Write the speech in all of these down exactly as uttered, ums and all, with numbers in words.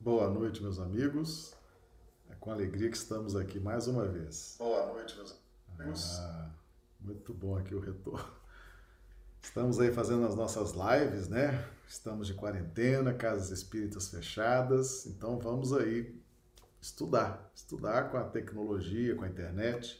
Boa noite, meus amigos. É com alegria que estamos aqui mais uma vez. Boa noite, meus amigos. Ah, muito bom aqui o retorno. Estamos aí fazendo as nossas lives, né? Estamos de quarentena, casas espíritas fechadas, então vamos aí estudar, estudar com a tecnologia, com a internet,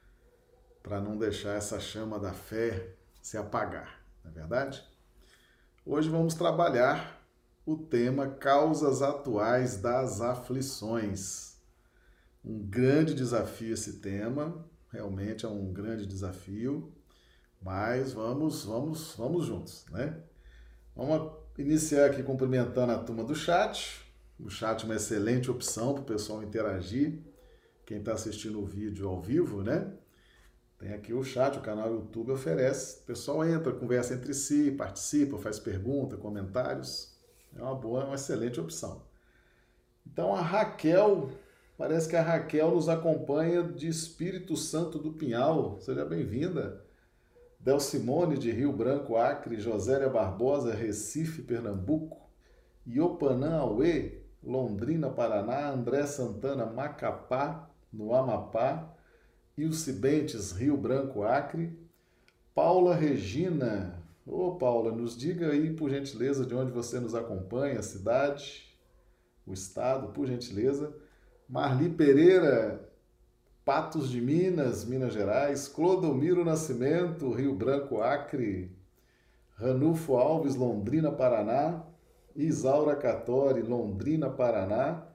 para não deixar essa chama da fé se apagar, não é verdade? Hoje vamos trabalhar o tema Causas Atuais das Aflições. Um grande desafio esse tema, realmente é um grande desafio, mas vamos, vamos, vamos juntos, né? Vamos iniciar aqui cumprimentando a turma do chat. O chat é uma excelente opção para o pessoal interagir. Quem está assistindo o vídeo ao vivo, né? Tem aqui o chat, o canal YouTube oferece. O pessoal entra, conversa entre si, participa, faz pergunta, comentários. É uma boa, uma excelente opção. Então a Raquel, parece que a Raquel nos acompanha de Espírito Santo do Pinhal. Seja bem-vinda. Delcimone de Rio Branco, Acre, Josélia Barbosa, Recife, Pernambuco, Iopanã, Auê, Londrina, Paraná, André Santana, Macapá, no Amapá, Ilse Bentes, Rio Branco, Acre, Paula Regina. Ô Paula, nos diga aí, por gentileza, de onde você nos acompanha, a cidade, o estado, por gentileza. Marli Pereira, Patos de Minas, Minas Gerais, Clodomiro Nascimento, Rio Branco, Acre, Ranulfo Alves, Londrina, Paraná, Isaura Catori, Londrina, Paraná,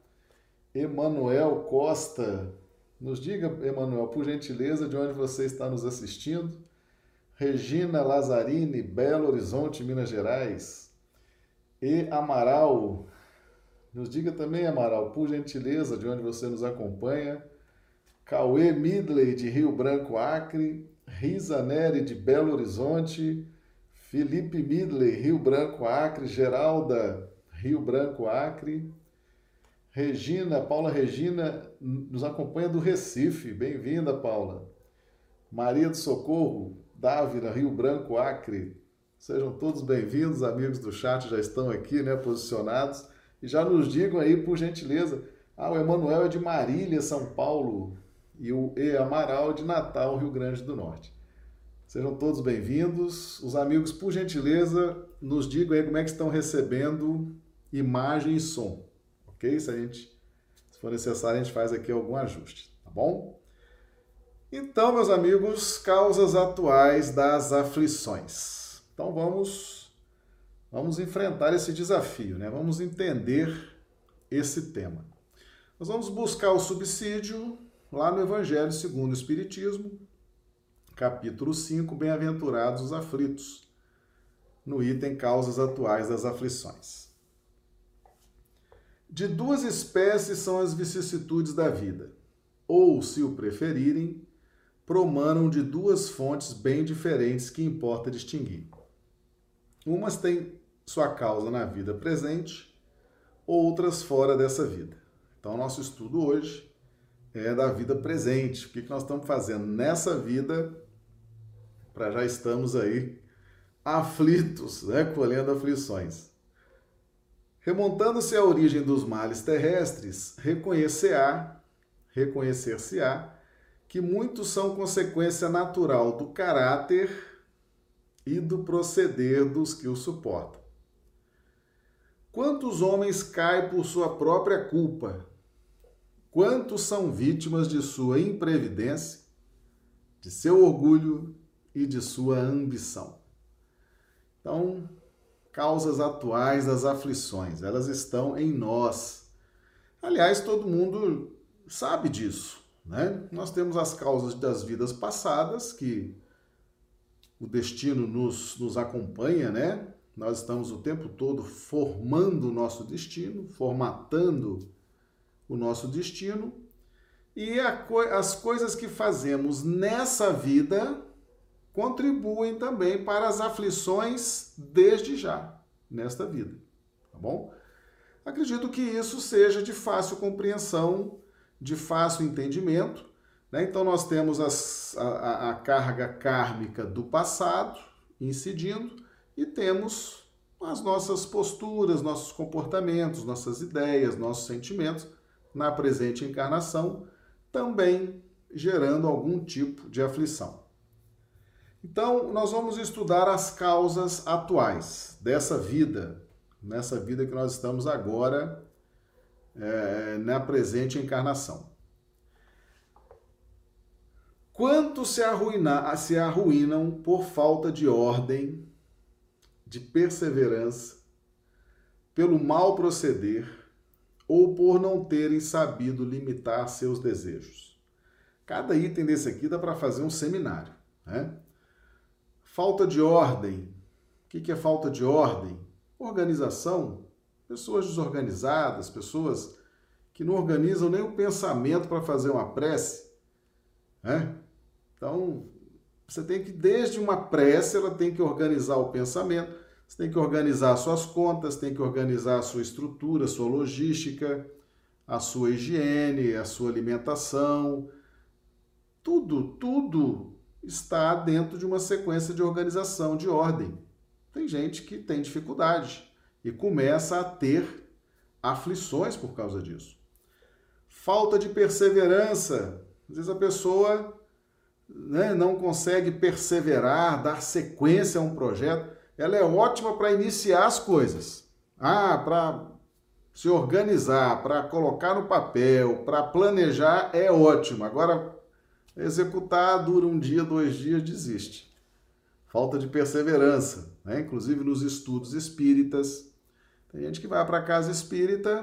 Emanuel Costa. Nos diga, Emanuel, por gentileza, de onde você está nos assistindo. Regina Lazzarini, Belo Horizonte, Minas Gerais. E Amaral. Nos diga também, Amaral, por gentileza, de onde você nos acompanha. Cauê Midley, de Rio Branco, Acre. Risa Neri, de Belo Horizonte. Felipe Midley, Rio Branco, Acre. Geralda, Rio Branco, Acre. Regina, Paula Regina, nos acompanha do Recife. Bem-vinda, Paula. Maria do Socorro, Dávila, Rio Branco, Acre. Sejam todos bem-vindos, amigos do chat já estão aqui, né, posicionados. E já nos digam aí, por gentileza. Ah, o Emanuel é de Marília, São Paulo. E o E. Amaral de Natal, Rio Grande do Norte. Sejam todos bem-vindos. Os amigos, por gentileza, nos digam aí como é que estão recebendo imagem e som. Ok? Se a gente, se for necessário, a gente faz aqui algum ajuste, tá bom? Então, meus amigos, causas atuais das aflições. Então vamos, vamos enfrentar esse desafio, né? Vamos entender esse tema. Nós vamos buscar o subsídio lá no Evangelho segundo o Espiritismo, capítulo cinco, Bem-aventurados os aflitos, no item Causas atuais das aflições. De duas espécies são as vicissitudes da vida, ou, se o preferirem, promanam de duas fontes bem diferentes que importa distinguir. Umas têm sua causa na vida presente, outras fora dessa vida. Então, nosso estudo hoje é da vida presente. O que nós estamos fazendo nessa vida, para já estamos aí aflitos, né? Colhendo aflições. Remontando-se à origem dos males terrestres, reconhecer-á, reconhecer-se-á que muitos são consequência natural do caráter e do proceder dos que o suportam. Quantos homens caem por sua própria culpa? Quantos são vítimas de sua imprevidência, de seu orgulho e de sua ambição? Então, causas atuais das aflições, elas estão em nós. Aliás, todo mundo sabe disso, né? Nós temos as causas das vidas passadas, que o destino nos, nos acompanha, né? Nós estamos o tempo todo formando o nosso destino, formatando o nosso destino, e a, as coisas que fazemos nessa vida contribuem também para as aflições desde já, nesta vida, tá bom? Acredito que isso seja de fácil compreensão, de fácil entendimento, né? Então nós temos as, a, a carga kármica do passado incidindo e temos as nossas posturas, nossos comportamentos, nossas ideias, nossos sentimentos na presente encarnação, também gerando algum tipo de aflição. Então, nós vamos estudar as causas atuais dessa vida, nessa vida que nós estamos agora, é, na presente encarnação. Quantos se, arruina, se arruinam por falta de ordem, de perseverança, pelo mau proceder ou por não terem sabido limitar seus desejos? Cada item desse aqui dá para fazer um seminário, né? Falta de ordem. O que é falta de ordem? Organização. Pessoas desorganizadas, pessoas que não organizam nem o pensamento para fazer uma prece, né? Então, você tem que, desde uma prece, ela tem que organizar o pensamento, você tem que organizar suas contas, tem que organizar a sua estrutura, a sua logística, a sua higiene, a sua alimentação. Tudo, tudo está dentro de uma sequência de organização, de ordem. Tem gente que tem dificuldade e começa a ter aflições por causa disso. Falta de perseverança. Às vezes a pessoa, né, não consegue perseverar, dar sequência a um projeto. Ela é ótima para iniciar as coisas. Ah, para se organizar, para colocar no papel, para planejar, é ótimo. Agora, executar dura um dia, dois dias, desiste. Falta de perseverança, né? Inclusive nos estudos espíritas. Tem gente que vai para a casa espírita,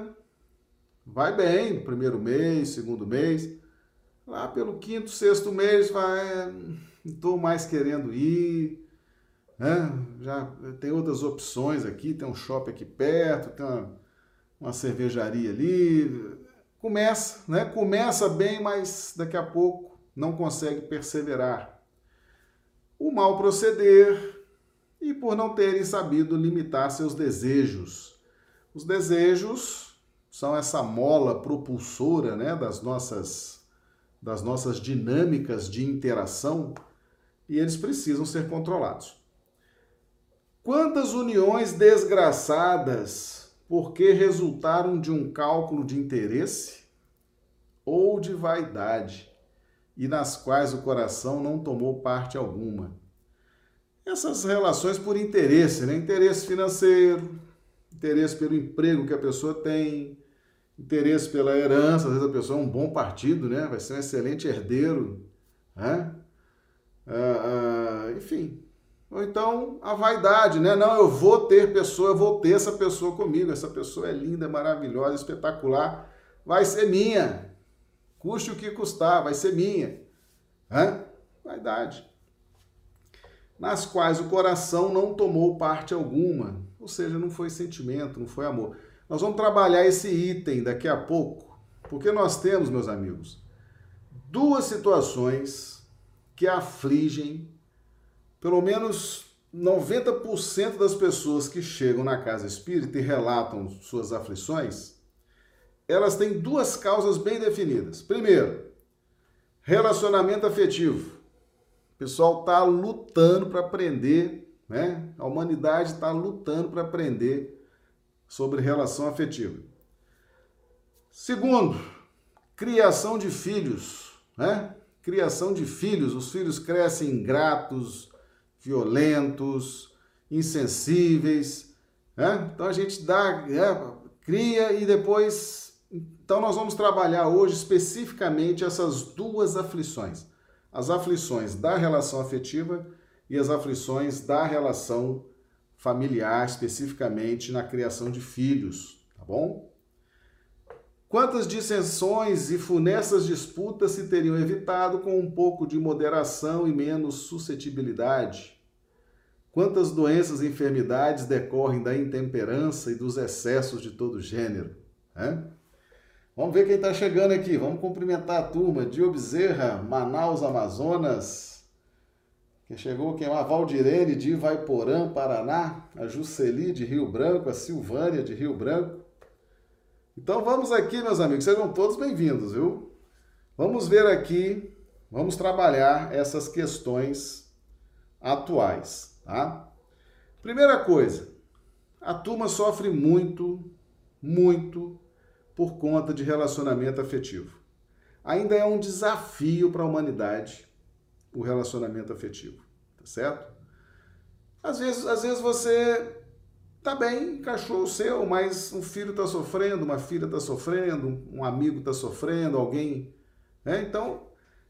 vai bem no primeiro mês, segundo mês. Lá pelo quinto, sexto mês, vai, não estou mais querendo ir, né? Já tem outras opções aqui, tem um shopping aqui perto, tem uma, uma cervejaria ali. Começa, né? Começa bem, mas daqui a pouco não consegue perseverar. O mau proceder e por não terem sabido limitar seus desejos. Os desejos são essa mola propulsora, né, das nossas, das nossas dinâmicas de interação e eles precisam ser controlados. Quantas uniões desgraçadas porque resultaram de um cálculo de interesse ou de vaidade, e nas quais o coração não tomou parte alguma. Essas relações por interesse, né? Interesse financeiro, interesse pelo emprego que a pessoa tem, interesse pela herança, às vezes a pessoa é um bom partido, né? Vai ser um excelente herdeiro, né? Ah, ah, enfim. Ou então a vaidade, né? Não, eu vou ter pessoa, eu vou ter essa pessoa comigo, essa pessoa é linda, maravilhosa, espetacular, vai ser minha. Custe o que custar, vai ser minha. Hã? Vaidade. Nas quais o coração não tomou parte alguma. Ou seja, não foi sentimento, não foi amor. Nós vamos trabalhar esse item daqui a pouco. Porque nós temos, meus amigos, duas situações que afligem pelo menos noventa por cento das pessoas que chegam na casa espírita e relatam suas aflições. Elas têm duas causas bem definidas. Primeiro, relacionamento afetivo. O pessoal está lutando para aprender, né? A humanidade está lutando para aprender sobre relação afetiva. Segundo, criação de filhos, né? Criação de filhos. Os filhos crescem ingratos, violentos, insensíveis, né? Então a gente dá, é, cria e depois... Então, nós vamos trabalhar hoje especificamente essas duas aflições. As aflições da relação afetiva e as aflições da relação familiar, especificamente na criação de filhos, tá bom? Quantas dissensões e funestas disputas se teriam evitado com um pouco de moderação e menos suscetibilidade? Quantas doenças e enfermidades decorrem da intemperança e dos excessos de todo gênero, né? Vamos ver quem está chegando aqui. Vamos cumprimentar a turma. Dio Bezerra, Manaus, Amazonas. Que chegou quem? A Valdirene de Ivaiporã, Paraná. A Juceli de Rio Branco. A Silvânia de Rio Branco. Então vamos aqui, meus amigos. Sejam todos bem-vindos, viu? Vamos ver aqui. Vamos trabalhar essas questões atuais, tá? Primeira coisa. A turma sofre muito, muito por conta de relacionamento afetivo. Ainda é um desafio para a humanidade o relacionamento afetivo, tá certo? Às vezes, às vezes você tá bem, encaixou o seu, mas um filho está sofrendo, uma filha está sofrendo, um amigo está sofrendo, alguém... Né? Então,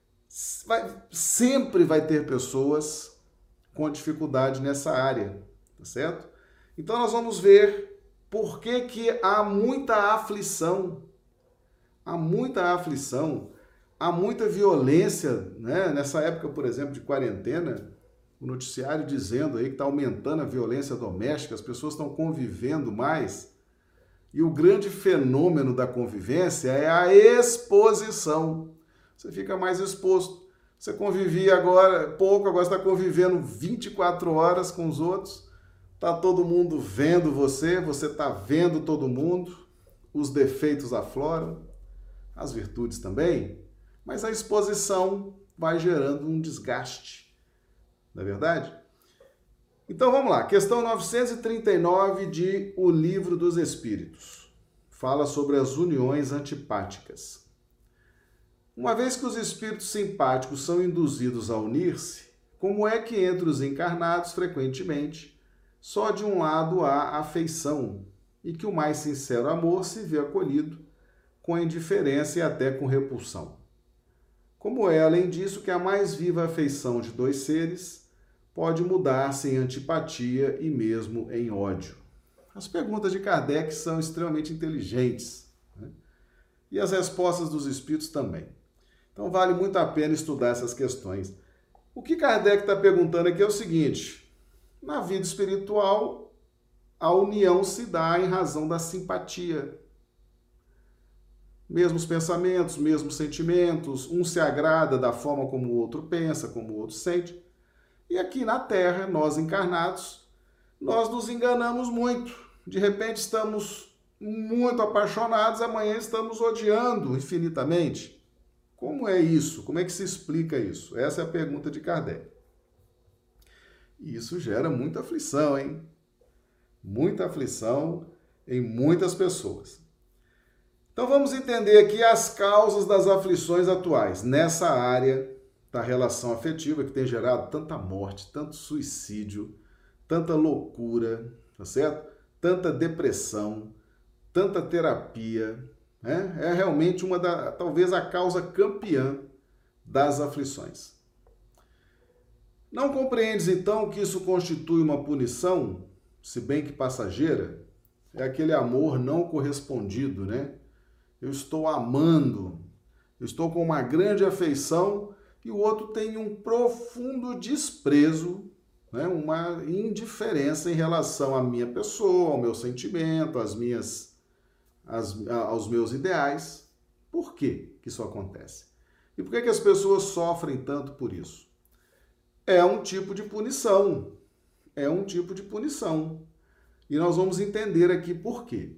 vai, sempre vai ter pessoas com dificuldade nessa área, tá certo? Então, nós vamos ver por que que há muita aflição, há muita aflição, há muita violência, né? Nessa época, por exemplo, de quarentena, o noticiário dizendo aí que está aumentando a violência doméstica, as pessoas estão convivendo mais. E o grande fenômeno da convivência é a exposição. Você fica mais exposto. Você convivia agora pouco, agora está convivendo vinte e quatro horas com os outros. Está todo mundo vendo você, você está vendo todo mundo. Os defeitos afloram, as virtudes também. Mas a exposição vai gerando um desgaste. Não é verdade? Então vamos lá, questão novecentos e trinta e nove de O Livro dos Espíritos. Fala sobre as uniões antipáticas. Uma vez que os espíritos simpáticos são induzidos a unir-se, como é que entre os encarnados, frequentemente, só de um lado há afeição, e que o mais sincero amor se vê acolhido com indiferença e até com repulsão? Como é, além disso, que a mais viva afeição de dois seres pode mudar-se em antipatia e mesmo em ódio? As perguntas de Kardec são extremamente inteligentes, né? E as respostas dos espíritos também. Então vale muito a pena estudar essas questões. O que Kardec está perguntando aqui é o seguinte: na vida espiritual, a união se dá em razão da simpatia. Mesmos pensamentos, mesmos sentimentos, um se agrada da forma como o outro pensa, como o outro sente. E aqui na Terra, nós encarnados, nós nos enganamos muito. De repente estamos muito apaixonados, amanhã estamos odiando infinitamente. Como é isso? Como é que se explica isso? Essa é a pergunta de Kardec. E isso gera muita aflição, hein? Muita aflição em muitas pessoas. Então vamos entender aqui as causas das aflições atuais nessa área da relação afetiva que tem gerado tanta morte, tanto suicídio, tanta loucura, tá certo? Tanta depressão, tanta terapia, né? É realmente uma da, talvez a causa campeã das aflições. Não compreendes então que isso constitui uma punição, se bem que passageira? É aquele amor não correspondido, né? Eu estou amando, eu estou com uma grande afeição e o outro tem um profundo desprezo, né? Uma indiferença em relação à minha pessoa, ao meu sentimento, às minhas, às, aos meus ideais. Por que que isso acontece? E por que que as pessoas sofrem tanto por isso? É um tipo de punição, é um tipo de punição. E nós vamos entender aqui por quê.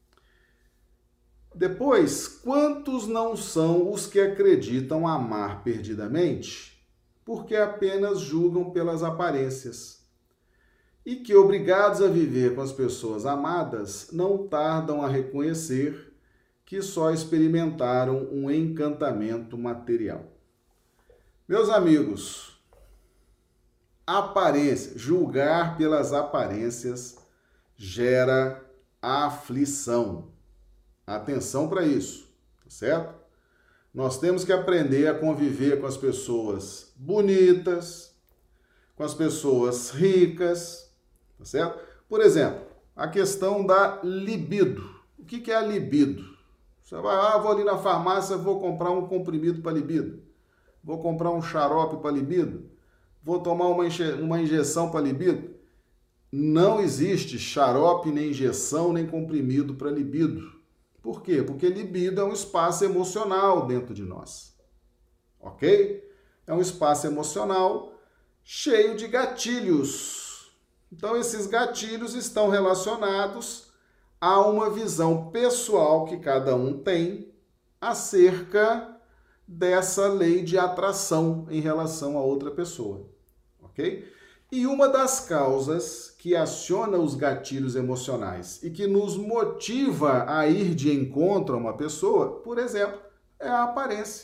Depois, quantos não são os que acreditam amar perdidamente, porque apenas julgam pelas aparências, e que, obrigados a viver com as pessoas amadas, não tardam a reconhecer que só experimentaram um encantamento material. Meus amigos, aparência, julgar pelas aparências gera aflição. Atenção para isso, tá certo? Nós temos que aprender a conviver com as pessoas bonitas, com as pessoas ricas, tá certo? Por exemplo, a questão da libido. O que que é a libido? Você vai, ah, vou ali na farmácia, vou comprar um comprimido para libido. Vou comprar um xarope para libido. Vou tomar uma, inje- uma injeção para libido. Não existe xarope, nem injeção, nem comprimido para libido. Por quê? Porque libido é um espaço emocional dentro de nós, ok? É um espaço emocional cheio de gatilhos. Então, esses gatilhos estão relacionados a uma visão pessoal que cada um tem acerca dessa lei de atração em relação a outra pessoa, ok? E uma das causas que aciona os gatilhos emocionais e que nos motiva a ir de encontro a uma pessoa, por exemplo, é a aparência.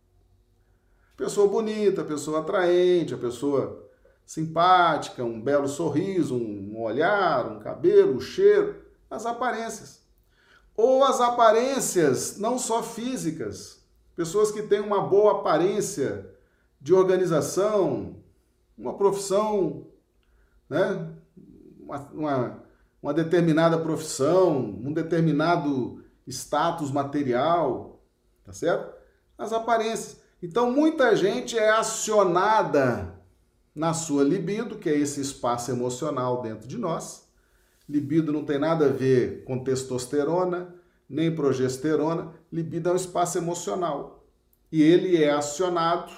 Pessoa bonita, pessoa atraente, a pessoa simpática, um belo sorriso, um olhar, um cabelo, um cheiro, as aparências. Ou as aparências não só físicas, pessoas que têm uma boa aparência de organização, uma profissão, né? uma, uma, uma determinada profissão, um determinado status material, tá certo? As aparências. Então, muita gente é acionada na sua libido, que é esse espaço emocional dentro de nós. Libido não tem nada a ver com testosterona, nem progesterona. Libido é um espaço emocional. E ele é acionado,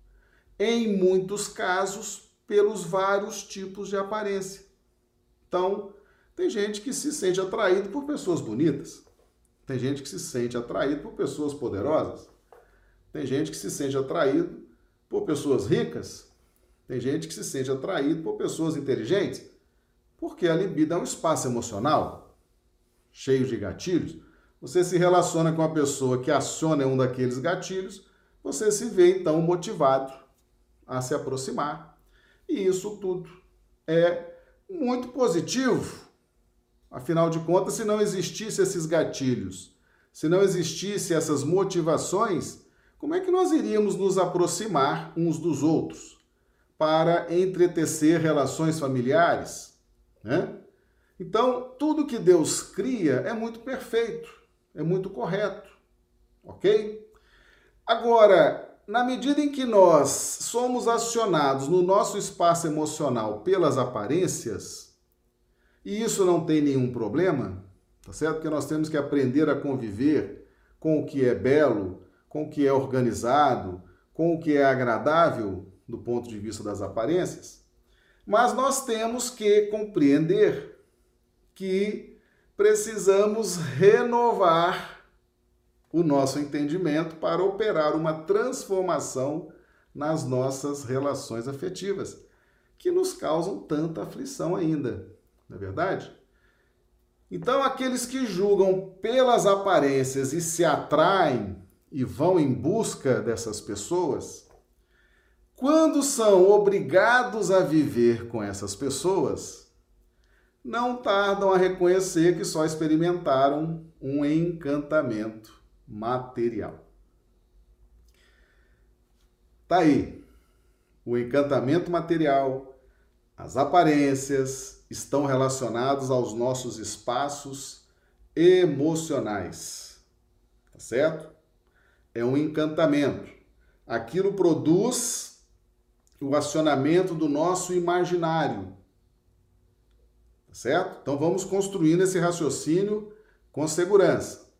em muitos casos, pelos vários tipos de aparência. Então, tem gente que se sente atraído por pessoas bonitas. Tem gente que se sente atraído por pessoas poderosas. Tem gente que se sente atraído por pessoas ricas. Tem gente que se sente atraído por pessoas inteligentes. Porque a libido é um espaço emocional, cheio de gatilhos. Você se relaciona com uma pessoa que aciona um daqueles gatilhos, você se vê, então, motivado a se aproximar. E isso tudo é muito positivo. Afinal de contas, se não existissem esses gatilhos, se não existissem essas motivações, como é que nós iríamos nos aproximar uns dos outros para entretecer relações familiares, né? Então, tudo que Deus cria é muito perfeito, é muito correto, ok? Agora, na medida em que nós somos acionados no nosso espaço emocional pelas aparências, e isso não tem nenhum problema, tá certo? Porque nós temos que aprender a conviver com o que é belo, com o que é organizado, com o que é agradável do ponto de vista das aparências, mas nós temos que compreender que precisamos renovar o nosso entendimento para operar uma transformação nas nossas relações afetivas, que nos causam tanta aflição ainda, não é verdade? Então, aqueles que julgam pelas aparências e se atraem e vão em busca dessas pessoas, quando são obrigados a viver com essas pessoas, não tardam a reconhecer que só experimentaram um encantamento material. Tá aí. O encantamento material, as aparências estão relacionados aos nossos espaços emocionais. Tá certo? É um encantamento. Aquilo produz o acionamento do nosso imaginário. Tá certo? Então vamos construindo esse raciocínio com segurança.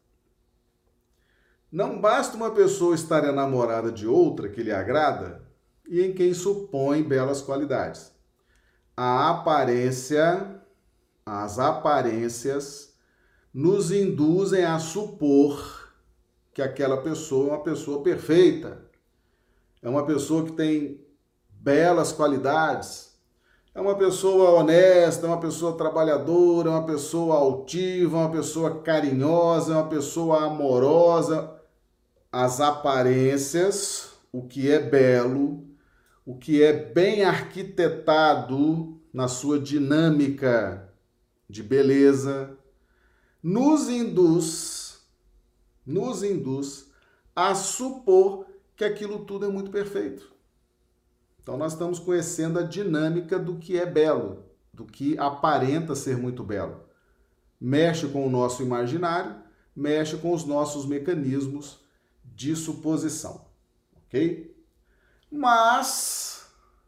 Não basta uma pessoa estar enamorada de outra que lhe agrada e em quem supõe belas qualidades. A aparência, as aparências nos induzem a supor que aquela pessoa é uma pessoa perfeita, é uma pessoa que tem belas qualidades, é uma pessoa honesta, é uma pessoa trabalhadora, é uma pessoa altiva, é uma pessoa carinhosa, é uma pessoa amorosa. As aparências, o que é belo, o que é bem arquitetado na sua dinâmica de beleza, nos induz, nos induz a supor que aquilo tudo é muito perfeito. Então nós estamos conhecendo a dinâmica do que é belo, do que aparenta ser muito belo. Mexe com o nosso imaginário, mexe com os nossos mecanismos de suposição, ok? Mas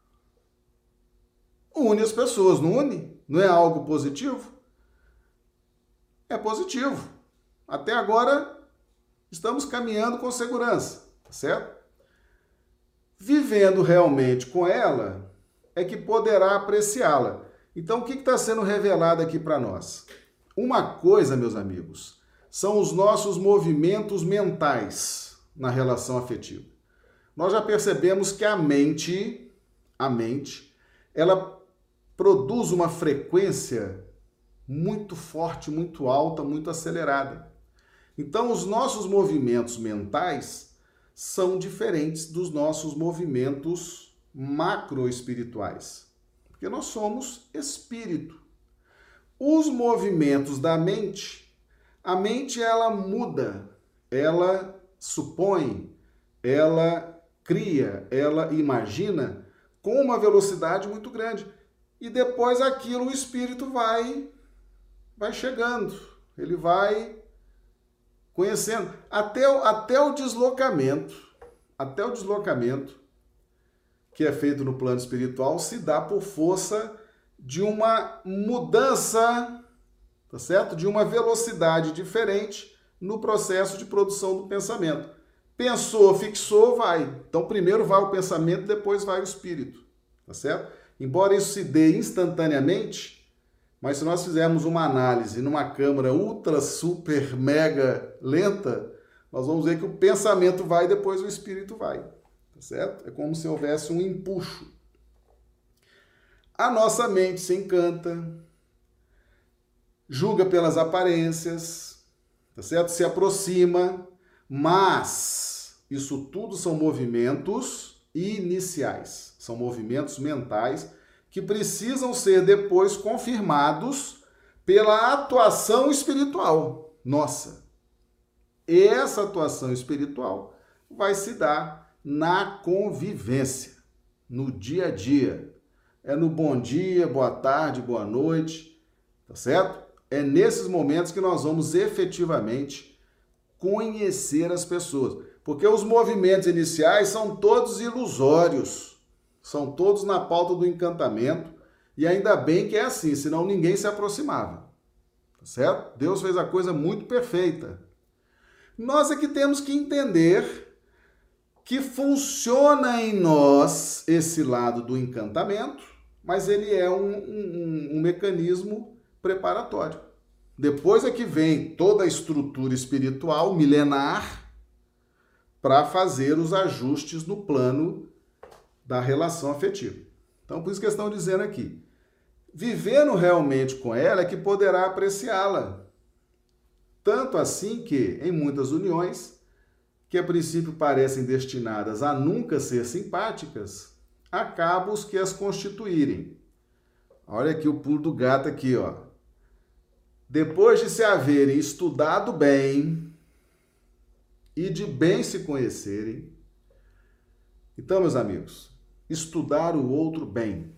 une as pessoas, não une? Não é algo positivo? É positivo. Até agora estamos caminhando com segurança, tá certo? Vivendo realmente com ela, é que poderá apreciá-la. Então, o que está sendo revelado aqui para nós? Uma coisa, meus amigos, são os nossos movimentos mentais na relação afetiva. Nós já percebemos que a mente, a mente, ela produz uma frequência muito forte, muito alta, muito acelerada. Então, os nossos movimentos mentais são diferentes dos nossos movimentos macroespirituais, porque nós somos espírito. Os movimentos da mente, a mente ela muda, ela supõe, ela cria, ela imagina com uma velocidade muito grande. E depois aquilo o espírito vai vai chegando, ele vai conhecendo até o, até o deslocamento, até o deslocamento que é feito no plano espiritual se dá por força de uma mudança, tá certo? De uma velocidade diferente no processo de produção do pensamento. Pensou, fixou, vai. Então primeiro vai o pensamento, depois vai o espírito, tá certo? Embora isso se dê instantaneamente, mas se nós fizermos uma análise numa câmera ultra, super, mega lenta, nós vamos ver que o pensamento vai e depois o espírito vai, tá certo? É como se houvesse um empuxo. A nossa mente se encanta, julga pelas aparências, tá certo? Se aproxima, mas isso tudo são movimentos iniciais, são movimentos mentais que precisam ser depois confirmados pela atuação espiritual nossa. Essa atuação espiritual vai se dar na convivência, no dia a dia. É no bom dia, boa tarde, boa noite, tá certo? É nesses momentos que nós vamos efetivamente conhecer as pessoas. Porque os movimentos iniciais são todos ilusórios. São todos na pauta do encantamento, e ainda bem que é assim, senão ninguém se aproximava, tá certo? Deus fez a coisa muito perfeita. Nós é que temos que entender que funciona em nós esse lado do encantamento, mas ele é um, um, um mecanismo preparatório. Depois é que vem toda a estrutura espiritual milenar para fazer os ajustes no plano da relação afetiva. Então, por isso que estão dizendo aqui, vivendo realmente com ela é que poderá apreciá-la. Tanto assim que, em muitas uniões, que a princípio parecem destinadas a nunca ser simpáticas, acabam os que as constituírem. Olha aqui o pulo do gato aqui, ó. Depois de se haverem estudado bem e de bem se conhecerem. Então, meus amigos, estudar o outro bem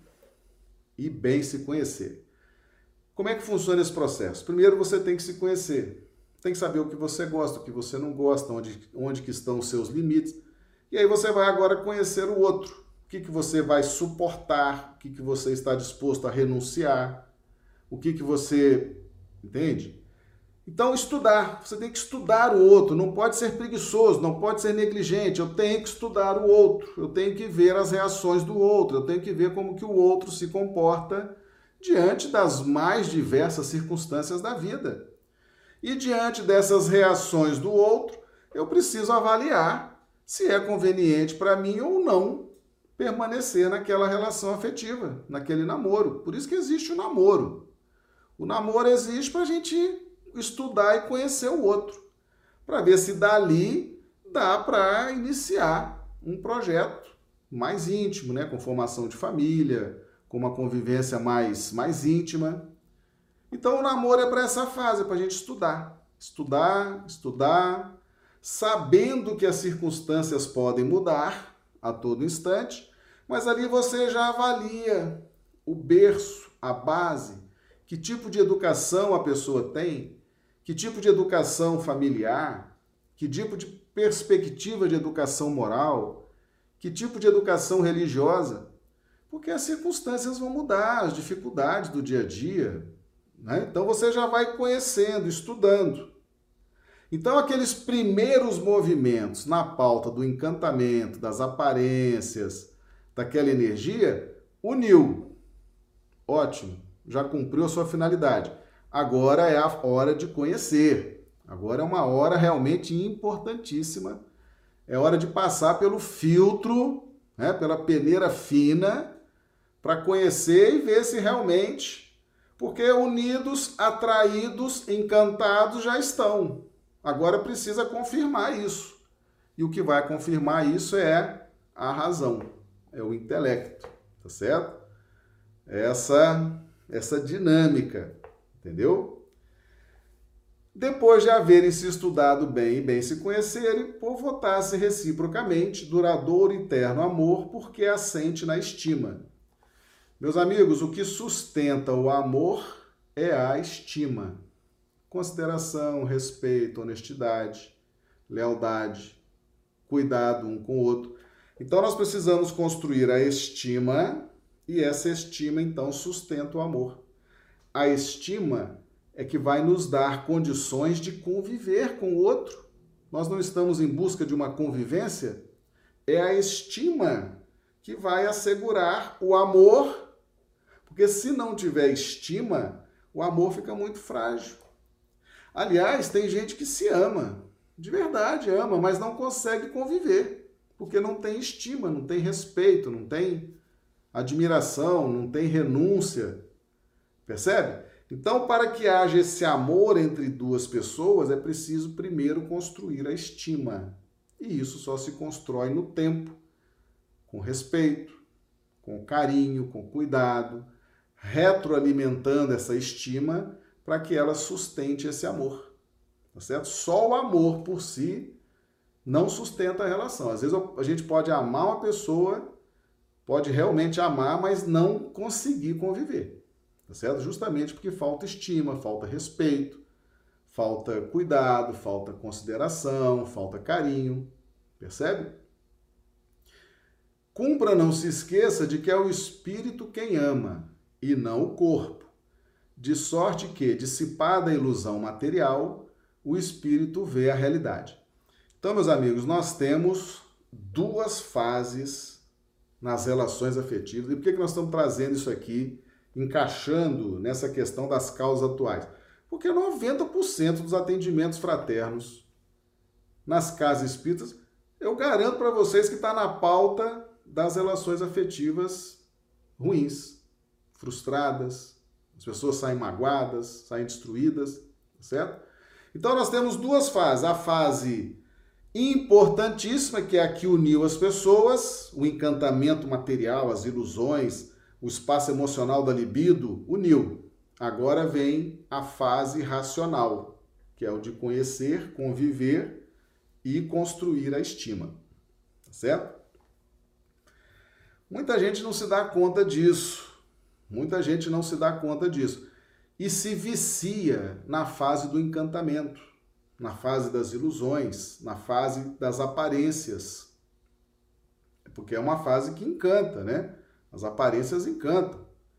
e bem se conhecer. Como é que funciona esse processo? Primeiro você tem que se conhecer, tem que saber o que você gosta, o que você não gosta, onde, onde que estão os seus limites. E aí você vai agora conhecer o outro. O que, que você vai suportar, o que, que você está disposto a renunciar, o que, que você... Entende? Então, estudar. Você tem que estudar o outro. Não pode ser preguiçoso, não pode ser negligente. Eu tenho que estudar o outro. Eu tenho que ver as reações do outro. Eu tenho que ver como que o outro se comporta diante das mais diversas circunstâncias da vida. E diante dessas reações do outro, eu preciso avaliar se é conveniente para mim ou não permanecer naquela relação afetiva, naquele namoro. Por isso que existe o namoro. O namoro existe para a gente estudar e conhecer o outro, para ver se dali dá para iniciar um projeto mais íntimo, né? Com formação de família, com uma convivência mais, mais íntima. Então o namoro é para essa fase, para a gente estudar. Estudar, estudar, sabendo que as circunstâncias podem mudar a todo instante, mas ali você já avalia o berço, a base, que tipo de educação a pessoa tem, que tipo de educação familiar, que tipo de perspectiva de educação moral, que tipo de educação religiosa, porque as circunstâncias vão mudar, as dificuldades do dia a dia, né? Então você já vai conhecendo, estudando. Então aqueles primeiros movimentos na pauta do encantamento, das aparências, daquela energia, uniu. Ótimo, já cumpriu a sua finalidade. Agora é a hora de conhecer. Agora é uma hora realmente importantíssima. É hora de passar pelo filtro, né, pela peneira fina, para conhecer e ver se realmente, porque unidos, atraídos, encantados já estão. Agora precisa confirmar isso. E o que vai confirmar isso é a razão, é o intelecto, tá certo? Essa, essa dinâmica, entendeu? Depois de haverem se estudado bem e bem se conhecerem, por votar-se reciprocamente, duradouro e eterno amor, porque assente na estima. Meus amigos, o que sustenta o amor é a estima. Consideração, respeito, honestidade, lealdade, cuidado um com o outro. Então, nós precisamos construir a estima e essa estima, então, sustenta o amor. A estima é que vai nos dar condições de conviver com o outro. Nós não estamos em busca de uma convivência? É a estima que vai assegurar o amor, porque se não tiver estima, o amor fica muito frágil. Aliás, tem gente que se ama, de verdade ama, mas não consegue conviver, porque não tem estima, não tem respeito, não tem admiração, não tem renúncia. Percebe? Então, para que haja esse amor entre duas pessoas, é preciso primeiro construir a estima. E isso só se constrói no tempo, com respeito, com carinho, com cuidado, retroalimentando essa estima para que ela sustente esse amor. Tá certo? Só o amor por si não sustenta a relação. Às vezes a gente pode amar uma pessoa, pode realmente amar, mas não conseguir conviver. Tá certo? Justamente porque falta estima, falta respeito, falta cuidado, falta consideração, falta carinho. Percebe? Cumpra não se esqueça de que é o espírito quem ama e não o corpo. De sorte que, dissipada a ilusão material, o espírito vê a realidade. Então, meus amigos, nós temos duas fases nas relações afetivas. E por que nós estamos trazendo isso aqui, encaixando nessa questão das causas atuais? Porque noventa por cento dos atendimentos fraternos nas casas espíritas, eu garanto para vocês que está na pauta das relações afetivas ruins, frustradas, as pessoas saem magoadas, saem destruídas, certo? Então nós temos duas fases, a fase importantíssima, que é a que uniu as pessoas, o encantamento material, as ilusões, o espaço emocional da libido, uniu. Agora vem a fase racional, que é o de conhecer, conviver e construir a estima, tá certo? Muita gente não se dá conta disso, muita gente não se dá conta disso e se vicia na fase do encantamento, na fase das ilusões, na fase das aparências, porque é uma fase que encanta, né? As aparências encantam.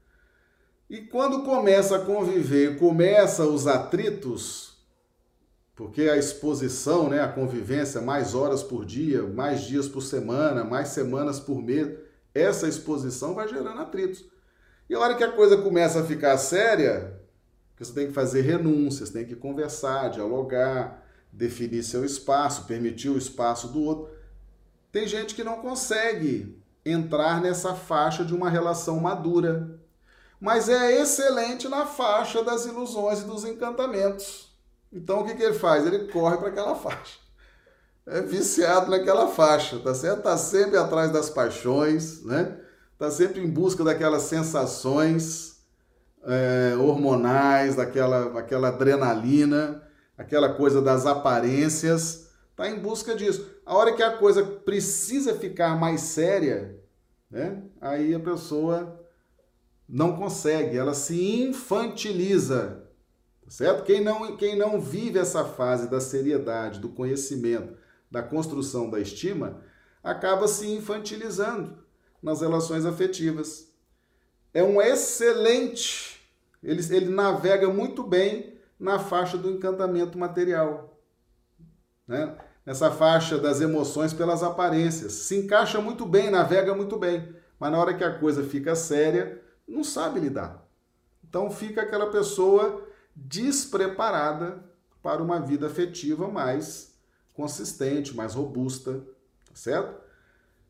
E quando começa a conviver, começa os atritos, porque a exposição, né, a convivência, mais horas por dia, mais dias por semana, mais semanas por mês, essa exposição vai gerando atritos. E a hora que a coisa começa a ficar séria, você tem que fazer renúncias, tem que conversar, dialogar, definir seu espaço, permitir o espaço do outro. Tem gente que não consegue entrar nessa faixa de uma relação madura, mas é excelente na faixa das ilusões e dos encantamentos. Então o que, que ele faz? Ele corre para aquela faixa. É viciado naquela faixa, tá certo? Tá sempre atrás das paixões, né? Tá sempre em busca daquelas sensações é, hormonais, daquela, daquela adrenalina, aquela coisa das aparências. Tá em busca disso. A hora que a coisa precisa ficar mais séria, né? Aí a pessoa não consegue, ela se infantiliza, tá certo? Quem não, quem não vive essa fase da seriedade, do conhecimento, da construção da estima, acaba se infantilizando nas relações afetivas. É um excelente, ele, ele navega muito bem na faixa do encantamento material, né? Nessa faixa das emoções pelas aparências. Se encaixa muito bem, navega muito bem, mas na hora que a coisa fica séria, não sabe lidar. Então fica aquela pessoa despreparada para uma vida afetiva mais consistente, mais robusta, tá certo?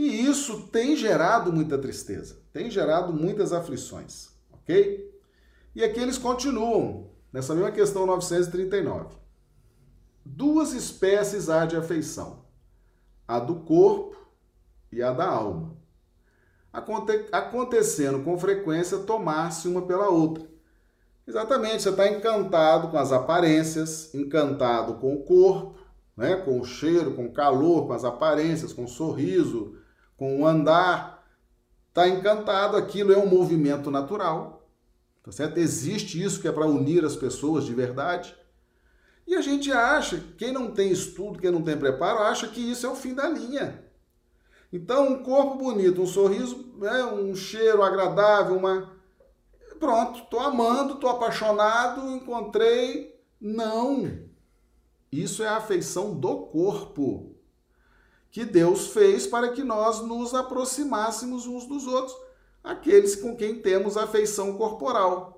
E isso tem gerado muita tristeza, tem gerado muitas aflições, ok? E aqui eles continuam, nessa mesma questão novecentos e trinta e nove. Duas espécies há de afeição, a do corpo e a da alma, Aconte- acontecendo com frequência tomar-se uma pela outra. Exatamente, você está encantado com as aparências, encantado com o corpo, né? Com o cheiro, com o calor, com as aparências, com o sorriso, com o andar. Está encantado, aquilo é um movimento natural, tá certo? Existe isso que é para unir as pessoas de verdade. E a gente acha, quem não tem estudo, quem não tem preparo, acha que isso é o fim da linha. Então, um corpo bonito, um sorriso, né, um cheiro agradável, uma... Pronto, estou amando, estou apaixonado, encontrei... Não! Isso é a afeição do corpo, que Deus fez para que nós nos aproximássemos uns dos outros, aqueles com quem temos afeição corporal.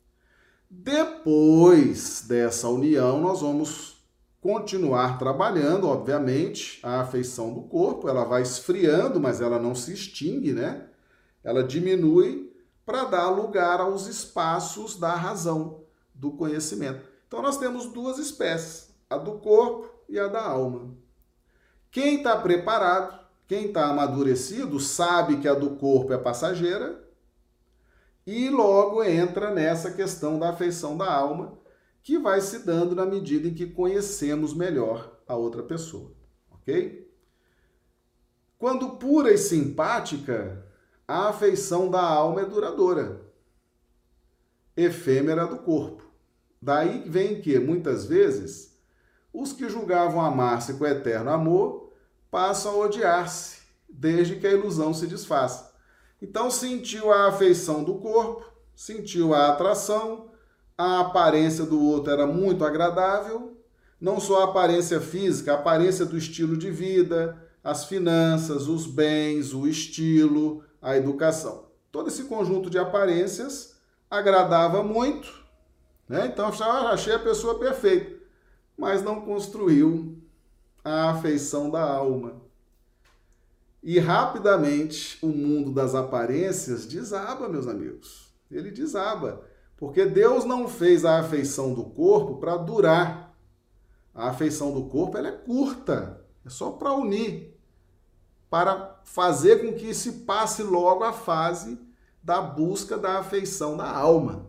Depois dessa união, nós vamos continuar trabalhando, obviamente, a afeição do corpo. Ela vai esfriando, mas ela não se extingue, né? Ela diminui para dar lugar aos espaços da razão, do conhecimento. Então, nós temos duas espécies, a do corpo e a da alma. Quem está preparado, quem está amadurecido, sabe que a do corpo é passageira, e logo entra nessa questão da afeição da alma, que vai se dando na medida em que conhecemos melhor a outra pessoa, ok? Quando pura e simpática, a afeição da alma é duradoura, efêmera do corpo. Daí vem que, muitas vezes, os que julgavam amar-se com eterno amor passam a odiar-se, desde que a ilusão se desfaça. Então, sentiu a afeição do corpo, sentiu a atração, a aparência do outro era muito agradável, não só a aparência física, a aparência do estilo de vida, as finanças, os bens, o estilo, a educação. Todo esse conjunto de aparências agradava muito, né? Então, achei a pessoa perfeita, mas não construiu a afeição da alma. E rapidamente o mundo das aparências desaba, meus amigos. Ele desaba. Porque Deus não fez a afeição do corpo para durar. A afeição do corpo ela é curta. É só para unir. Para fazer com que se passe logo a fase da busca da afeição da alma.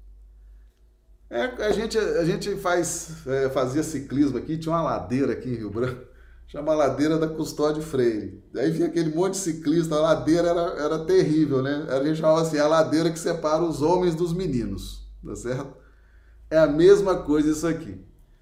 É, a, gente, a gente faz, é, fazia ciclismo aqui, tinha uma ladeira aqui em Rio Branco, chama Ladeira da Custódio Freire. Aí vinha aquele monte de ciclista, a ladeira era, era terrível, né? A gente chamava assim, a ladeira que separa os homens dos meninos, tá certo? É a mesma coisa isso aqui.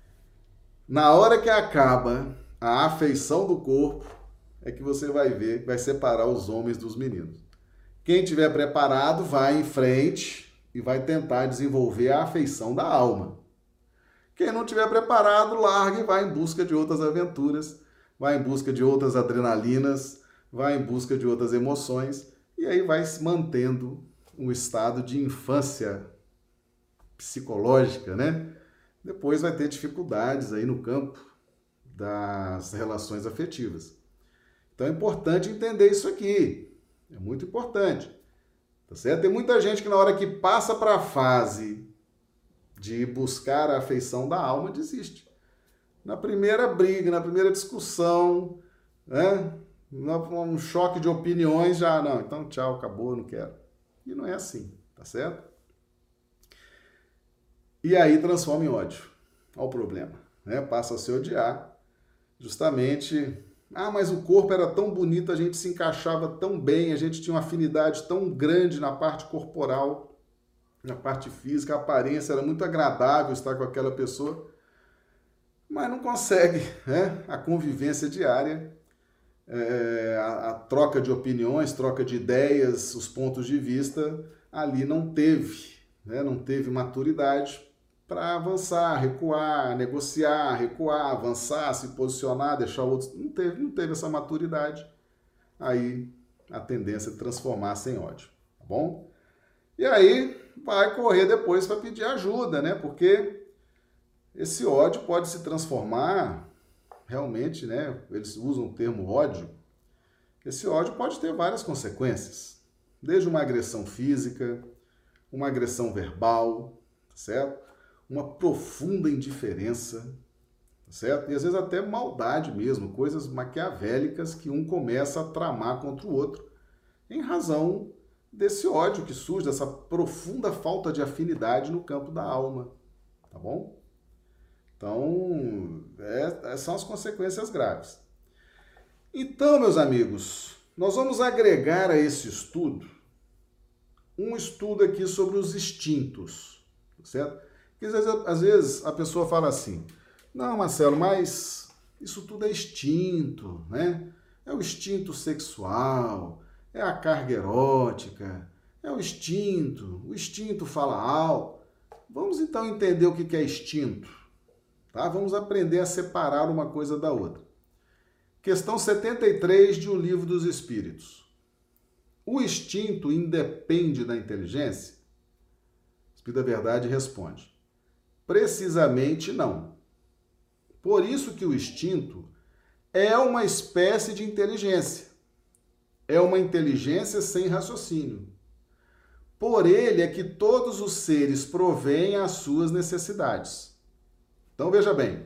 Na hora que acaba a afeição do corpo, é que você vai ver que vai separar os homens dos meninos. Quem tiver preparado vai em frente e vai tentar desenvolver a afeição da alma. Quem não tiver preparado, larga e vai em busca de outras aventuras, vai em busca de outras adrenalinas, vai em busca de outras emoções, e aí vai se mantendo um estado de infância psicológica, né? Depois vai ter dificuldades aí no campo das relações afetivas. Então é importante entender isso aqui, é muito importante, tá certo? Tem muita gente que na hora que passa para a fase de buscar a afeição da alma, desiste. Na primeira briga, na primeira discussão, né? Um choque de opiniões, já, não, então tchau, acabou, não quero. E não é assim, tá certo? E aí transforma em ódio. Olha o problema, né? Passa a se odiar, justamente... Ah, mas o corpo era tão bonito, a gente se encaixava tão bem, a gente tinha uma afinidade tão grande na parte corporal, na parte física, a aparência era muito agradável estar com aquela pessoa, mas não consegue, né? A convivência diária, é, a, a troca de opiniões, troca de ideias, os pontos de vista, ali não teve, né? Não teve maturidade para avançar, recuar, negociar, recuar, avançar, se posicionar, deixar outros... Não teve, não teve essa maturidade. Aí a tendência é transformar-se em ódio, tá bom? E aí vai correr depois para pedir ajuda, né? Porque esse ódio pode se transformar, realmente, né? Eles usam o termo ódio, Esse ódio pode ter várias consequências, desde uma agressão física, uma agressão verbal, certo? Uma profunda indiferença, certo? E às vezes até maldade mesmo, coisas maquiavélicas que um começa a tramar contra o outro, em razão desse ódio que surge, dessa profunda falta de afinidade no campo da alma, tá bom? Então, é, são as consequências graves. Então, meus amigos, nós vamos agregar a esse estudo um estudo aqui sobre os instintos, certo? Porque às vezes, às vezes a pessoa fala assim, não, Marcelo, mas isso tudo é instinto, né? É o instinto sexual, é a carga erótica, é o instinto, o instinto fala alto. Vamos então entender o que é instinto, tá? Vamos aprender a separar uma coisa da outra. Questão setenta e três de O Livro dos Espíritos. O instinto independe da inteligência? O Espírito da Verdade responde, precisamente não. Por isso que o instinto é uma espécie de inteligência. É uma inteligência sem raciocínio. Por ele é que todos os seres provêm às suas necessidades. Então veja bem,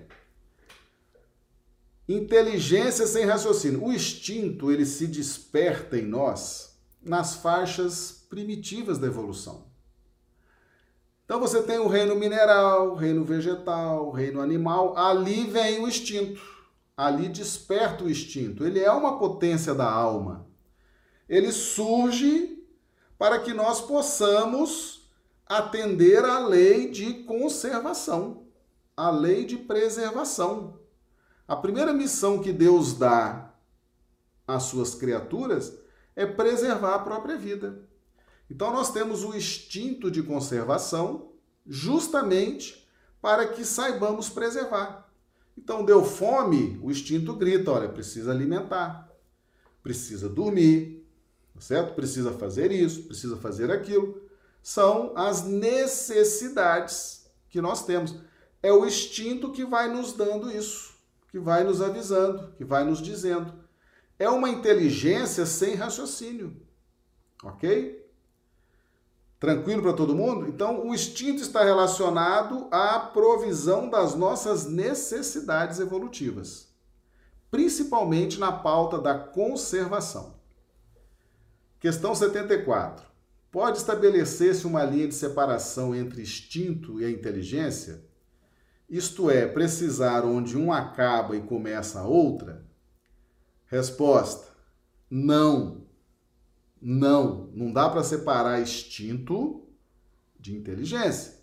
inteligência sem raciocínio. O instinto, ele se desperta em nós nas faixas primitivas da evolução. Então você tem o reino mineral, o reino vegetal, o reino animal, ali vem o instinto, ali desperta o instinto. Ele é uma potência da alma. Ele surge para que nós possamos atender à lei de conservação, à lei de preservação. A primeira missão que Deus dá às suas criaturas é preservar a própria vida. Então nós temos o instinto de conservação justamente para que saibamos preservar. Então deu fome, o instinto grita, olha, precisa alimentar, precisa dormir, certo? Precisa fazer isso, precisa fazer aquilo. São as necessidades que nós temos. É o instinto que vai nos dando isso, que vai nos avisando, que vai nos dizendo. É uma inteligência sem raciocínio, ok? Tranquilo para todo mundo? Então, o instinto está relacionado à provisão das nossas necessidades evolutivas, principalmente na pauta da conservação. Questão setenta e quatro. Pode estabelecer-se uma linha de separação entre instinto e a inteligência? Isto é, precisar onde um acaba e começa a outra? Resposta: não. Não, não dá para separar instinto de inteligência.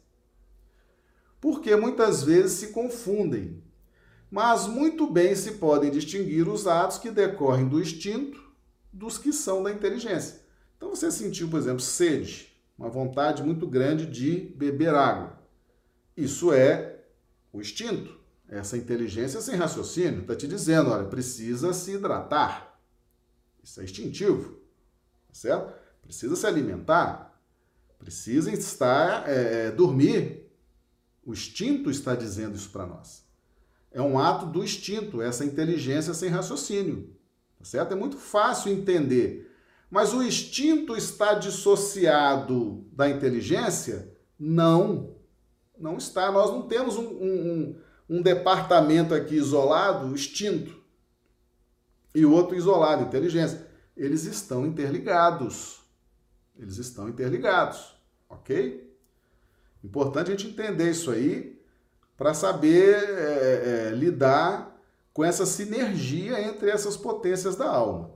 Porque muitas vezes se confundem, mas muito bem se podem distinguir os atos que decorrem do instinto dos que são da inteligência. Então você sentiu, por exemplo, sede, uma vontade muito grande de beber água. Isso é o instinto, essa inteligência sem raciocínio, está te dizendo, olha, precisa se hidratar. Isso é instintivo. Certo? Precisa se alimentar, precisa estar, é, dormir. O instinto está dizendo isso para nós. É um ato do instinto, essa inteligência sem raciocínio. Certo? É muito fácil entender. Mas o instinto está dissociado da inteligência? Não, não está. Nós não temos um, um, um departamento aqui isolado, o instinto, e o outro isolado, inteligência. Eles estão interligados. Eles estão interligados, ok? Importante a gente entender isso aí para saber é, é, lidar com essa sinergia entre essas potências da alma.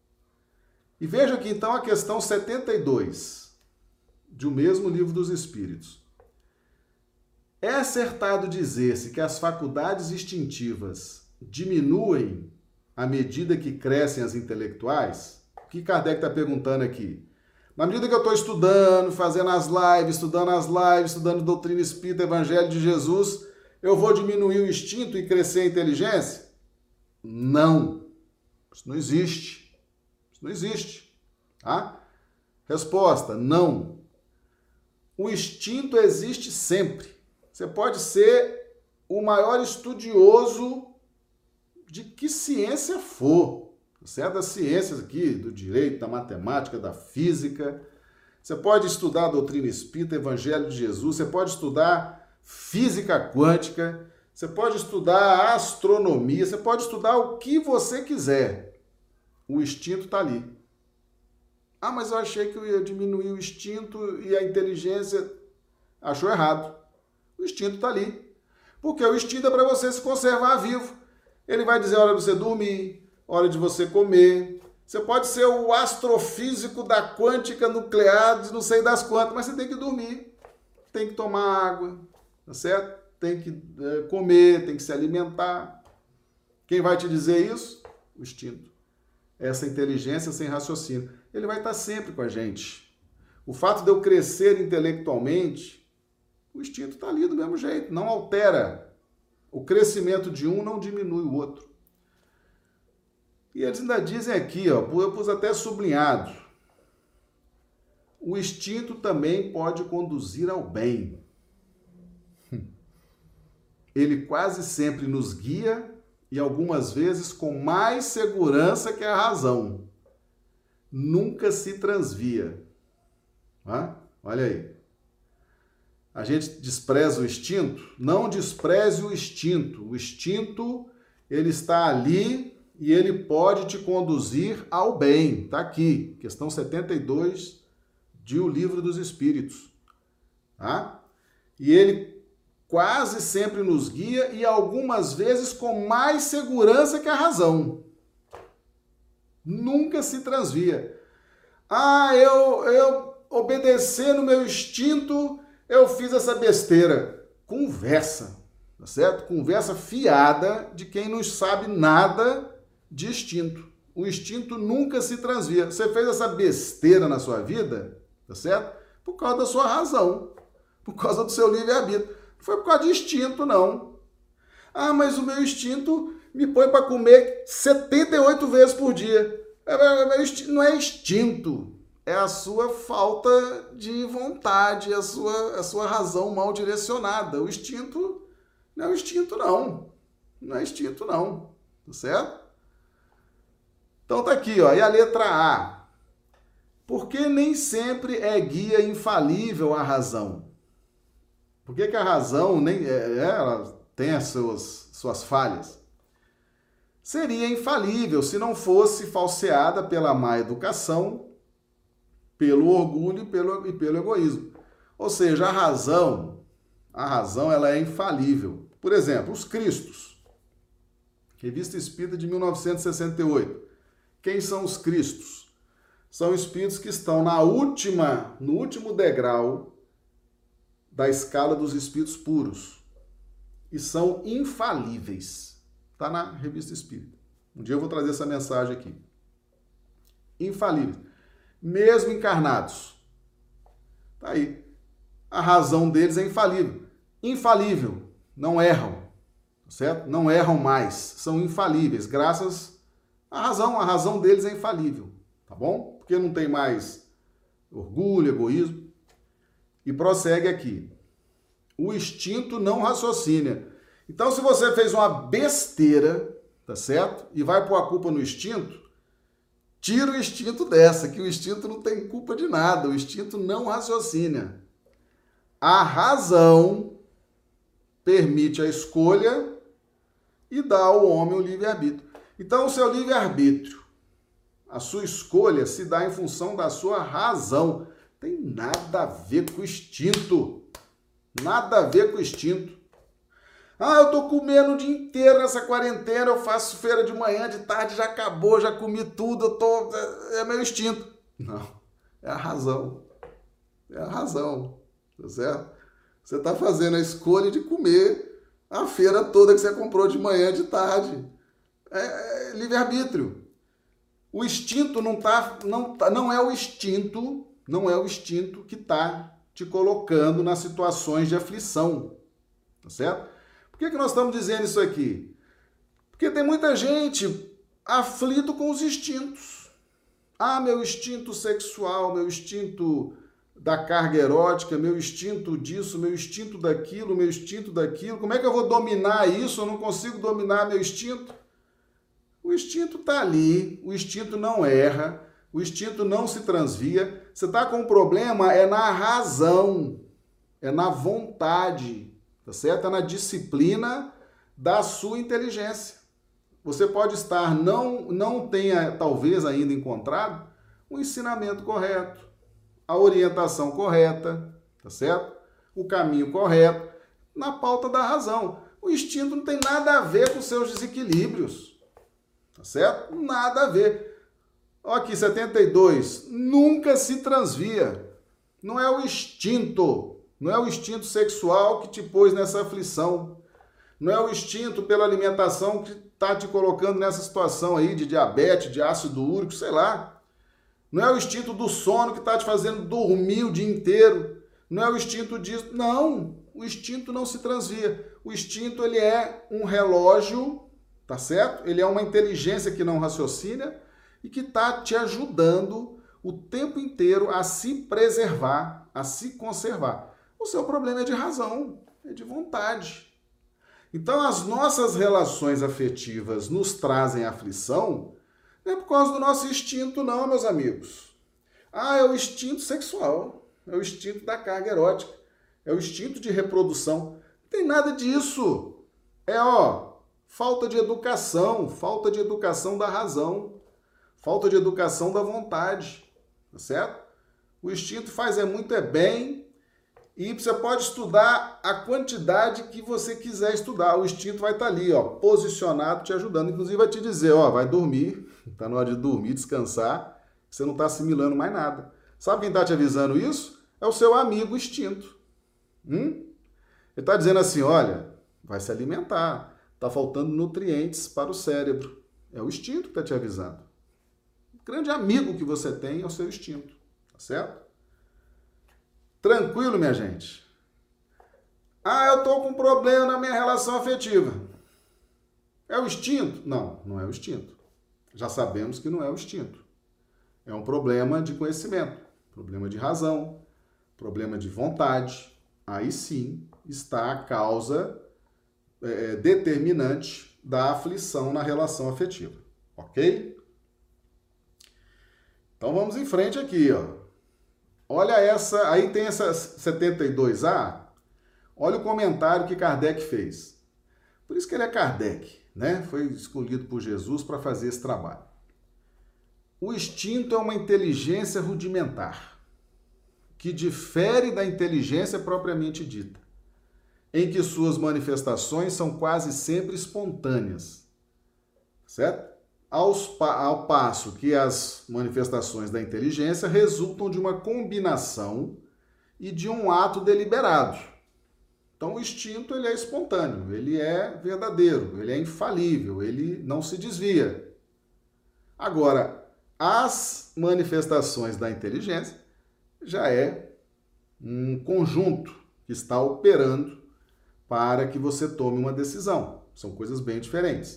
E veja aqui então a questão setenta e dois, de O Mesmo Livro dos Espíritos. É acertado dizer-se que as faculdades instintivas diminuem à medida que crescem as intelectuais? O que Kardec está perguntando aqui? Na medida que eu estou estudando, fazendo as lives, estudando as lives, estudando doutrina espírita, evangelho de Jesus, eu vou diminuir o instinto e crescer a inteligência? Não. Isso não existe. Isso não existe. Tá? Resposta: não. O instinto existe sempre. Você pode ser o maior estudioso de que ciência for, certo? Das ciências aqui, do direito, da matemática, da física. Você pode estudar a doutrina espírita, Evangelho de Jesus, você pode estudar física quântica, você pode estudar astronomia, você pode estudar o que você quiser. O instinto está ali. Ah, mas eu achei que eu ia diminuir o instinto e a inteligência. Achou errado. O instinto está ali. Porque o instinto é para você se conservar vivo. Ele vai dizer a hora de você dormir, hora de você comer. Você pode ser o astrofísico da quântica nuclear, de não sei das quantas, mas você tem que dormir, tem que tomar água, tá certo? Tem que é, comer, tem que se alimentar. Quem vai te dizer isso? O instinto. Essa inteligência sem raciocínio. Ele vai estar sempre com a gente. O fato de eu crescer intelectualmente, o instinto está ali do mesmo jeito, não altera. O crescimento de um não diminui o outro. E eles ainda dizem aqui, ó, eu pus até sublinhado, o instinto também pode conduzir ao bem. Ele quase sempre nos guia e algumas vezes com mais segurança que a razão. Nunca se transvia. Ah, olha aí. A gente despreza o instinto? Não despreze o instinto. O instinto, ele está ali e ele pode te conduzir ao bem. Está aqui, questão setenta e dois de O Livro dos Espíritos. Tá? E ele quase sempre nos guia e algumas vezes com mais segurança que a razão. Nunca se transvia. Ah, eu, eu obedecendo o meu instinto, eu fiz essa besteira. Conversa, tá certo? Conversa fiada de quem não sabe nada de instinto. O instinto nunca se transvia. Você fez essa besteira na sua vida, tá certo? Por causa da sua razão, por causa do seu livre-arbítrio. Não foi por causa de instinto, não. Ah, mas o meu instinto me põe para comer setenta e oito vezes por dia. Não é instinto, é a sua falta de vontade, a sua, a sua razão mal direcionada. O instinto não é o instinto, não. Não é instinto, não. Tá certo? Então tá aqui, ó. E a letra A. Porque nem sempre é guia infalível a razão. Por que que a razão nem, é, ela tem as suas, suas falhas? Seria infalível se não fosse falseada pela má educação, pelo orgulho e pelo, e pelo egoísmo. Ou seja, a razão, a razão ela é infalível. Por exemplo, os Cristos. Revista Espírita de mil novecentos e sessenta e oito. Quem são os Cristos? São espíritos que estão na última, no último degrau da escala dos espíritos puros. E são infalíveis. Está na Revista Espírita. Um dia eu vou trazer essa mensagem aqui. Infalíveis. Mesmo encarnados. Está aí. A razão deles é infalível. Infalível. Não erram. Certo? Não erram mais. São infalíveis. Graças à razão. A razão deles é infalível. Tá bom? Porque não tem mais orgulho, egoísmo. E prossegue aqui. O instinto não raciocina. Então, se você fez uma besteira, tá certo? E vai pôr a culpa no instinto, tira o instinto dessa, que o instinto não tem culpa de nada. O instinto não raciocina. A razão permite a escolha e dá ao homem o livre-arbítrio. Então, o seu livre-arbítrio, a sua escolha se dá em função da sua razão. Tem nada a ver com o instinto. Nada a ver com o instinto. Ah, eu tô comendo o dia inteiro nessa quarentena, eu faço feira de manhã, de tarde, já acabou, já comi tudo, eu tô... é meu instinto. Não, é a razão. É a razão, tá certo? Você tá fazendo a escolha de comer a feira toda que você comprou de manhã, de tarde. É, é livre-arbítrio. O instinto não tá, não tá, não é o instinto, não é o instinto que tá te colocando nas situações de aflição, tá certo? Por que que nós estamos dizendo isso aqui? Porque tem muita gente aflito com os instintos. Ah, meu instinto sexual, meu instinto da carga erótica, meu instinto disso, meu instinto daquilo, meu instinto daquilo. Como é que eu vou dominar isso? Eu não consigo dominar meu instinto. O O instinto está ali, o instinto não erra, o instinto não se transvia. Você está com um problema, é na razão, é na vontade, tá certo? É na disciplina da sua inteligência. Você pode estar, não, não tenha talvez ainda encontrado o ensinamento correto, a orientação correta, tá certo? O caminho correto, na pauta da razão. O instinto não tem nada a ver com seus desequilíbrios, tá certo? Nada a ver. Olha aqui, setenta e dois, nunca se transvia. Não é o instinto, não é o instinto sexual que te pôs nessa aflição. Não é o instinto pela alimentação que está te colocando nessa situação aí de diabetes, de ácido úrico, sei lá. Não é o instinto do sono que está te fazendo dormir o dia inteiro. Não é o instinto disso. Não, o instinto não se transvia. O instinto, ele é um relógio, tá certo? Ele é uma inteligência que não raciocina e que está te ajudando o tempo inteiro a se preservar, a se conservar. O seu problema é de razão, é de vontade. Então, as nossas relações afetivas nos trazem aflição, não é por causa do nosso instinto, não, meus amigos. Ah, é o instinto sexual, é o instinto da carga erótica, é o instinto de reprodução. Não tem nada disso. É, ó, falta de educação, falta de educação da razão, falta de educação da vontade, tá certo? O instinto faz é muito é bem e você pode estudar a quantidade que você quiser estudar. O instinto vai estar ali, ó, posicionado, te ajudando. Inclusive vai te dizer, ó, vai dormir, tá na hora de dormir, descansar, você não está assimilando mais nada. Sabe quem está te avisando isso? É o seu amigo instinto. Hum? Ele está dizendo assim, olha, vai se alimentar, está faltando nutrientes para o cérebro. É o instinto que está te avisando. O grande amigo que você tem é o seu instinto, tá certo? Tranquilo, minha gente? Ah, eu estou com um problema na minha relação afetiva. É o instinto? Não, não é o instinto. Já sabemos que não é o instinto. É um problema de conhecimento, problema de razão, problema de vontade. Aí sim está a causa é, determinante da aflição na relação afetiva. Ok? Então vamos em frente aqui, ó. Olha essa, aí tem essa setenta e dois A. Olha o comentário que Kardec fez. Por isso que ele é Kardec, né? Foi escolhido por Jesus para fazer esse trabalho. O instinto é uma inteligência rudimentar, que difere da inteligência propriamente dita, em que suas manifestações são quase sempre espontâneas, certo? Aos, ao passo que as manifestações da inteligência resultam de uma combinação e de um ato deliberado. Então, o instinto ele é espontâneo, ele é verdadeiro, ele é infalível, ele não se desvia. Agora, as manifestações da inteligência já é um conjunto que está operando para que você tome uma decisão. São coisas bem diferentes.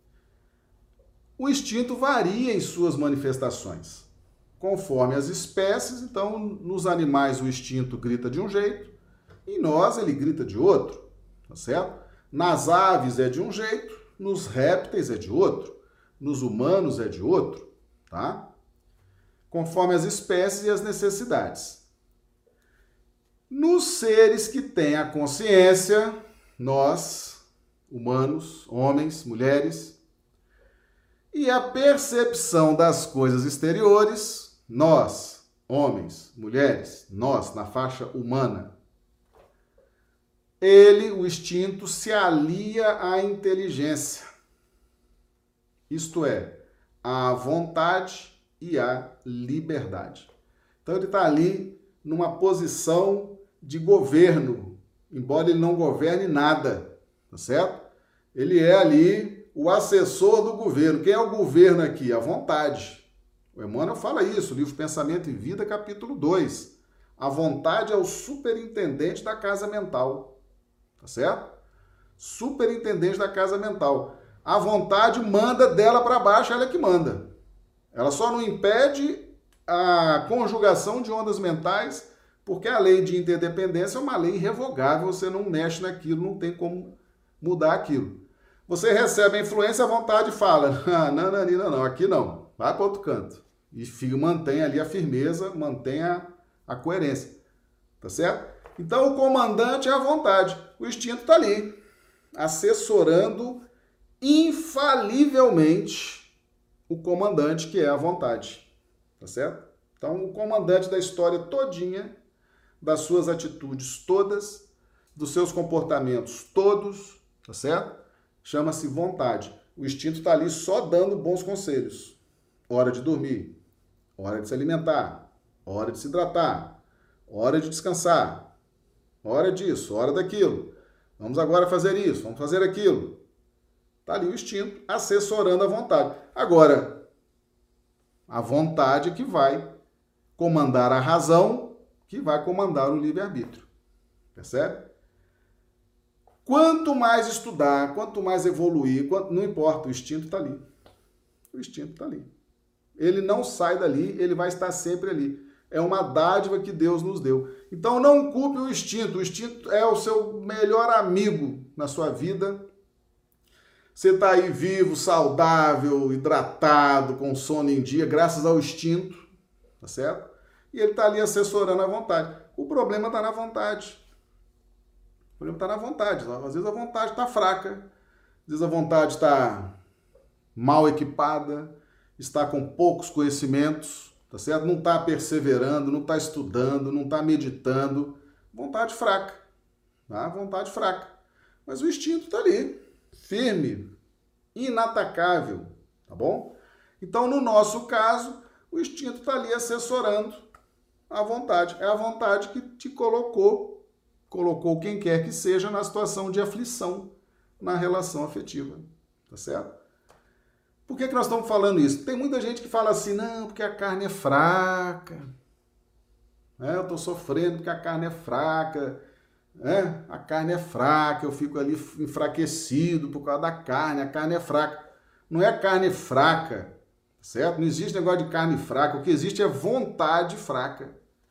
O instinto varia em suas manifestações, conforme as espécies. Então, nos animais o instinto grita de um jeito, em nós ele grita de outro, tá certo? Nas aves é de um jeito, nos répteis é de outro, nos humanos é de outro, tá? Conforme as espécies e as necessidades. Nos seres que têm a consciência, nós, humanos, homens, mulheres, e a percepção das coisas exteriores, nós, homens, mulheres, nós, na faixa humana, ele, o instinto, se alia à inteligência. Isto é, à vontade e à liberdade. Então ele está ali numa posição de governo, embora ele não governe nada, tá certo? Ele é ali o assessor do governo. Quem é o governo aqui? A vontade. O Emmanuel fala isso, o livro Pensamento e Vida, capítulo dois. A vontade é o superintendente da casa mental. Tá certo? Superintendente da casa mental. A vontade manda dela para baixo, ela é que manda. Ela só não impede a conjugação de ondas mentais, porque a lei de interdependência é uma lei irrevogável, você não mexe naquilo, não tem como mudar aquilo. Você recebe a influência, a vontade fala, ah, não, não, não, não, aqui não, vai para outro canto. E fica, mantém ali a firmeza, mantém a, a coerência, tá certo? Então, o comandante é a vontade, o instinto está ali, assessorando infalivelmente o comandante, que é a vontade, tá certo? Então, o comandante da história todinha, das suas atitudes todas, dos seus comportamentos todos, tá certo? Chama-se vontade. O instinto está ali só dando bons conselhos. Hora de dormir, hora de se alimentar, hora de se hidratar, hora de descansar, hora disso, hora daquilo. Vamos agora fazer isso, vamos fazer aquilo. Está ali o instinto assessorando a vontade. Agora, a vontade que vai comandar a razão, que vai comandar o livre-arbítrio. Percebe? Quanto mais estudar, quanto mais evoluir, quanto, não importa, o instinto está ali. O instinto está ali. Ele não sai dali, ele vai estar sempre ali. É uma dádiva que Deus nos deu. Então não culpe o instinto. O instinto é o seu melhor amigo na sua vida. Você está aí vivo, saudável, hidratado, com sono em dia, graças ao instinto, tá certo? E ele está ali assessorando a vontade. O problema está na vontade. O problema está na vontade. Às vezes a vontade está fraca, às vezes a vontade está mal equipada, está com poucos conhecimentos, tá certo? Não está perseverando, não está estudando, não está meditando. Vontade fraca, tá? Vontade fraca. Mas o instinto está ali, firme, inatacável, tá bom? Então, no nosso caso, o instinto está ali assessorando a vontade. É a vontade que te colocou, colocou quem quer que seja na situação de aflição na relação afetiva, tá certo? Por que que nós estamos falando isso? Tem muita gente que fala assim, não, porque a carne é fraca, né? Eu estou sofrendo porque a carne é fraca, né? A carne é fraca, eu fico ali enfraquecido por causa da carne, a carne é fraca. Não é carne fraca, certo? Não existe negócio de carne fraca, o que existe é vontade fraca.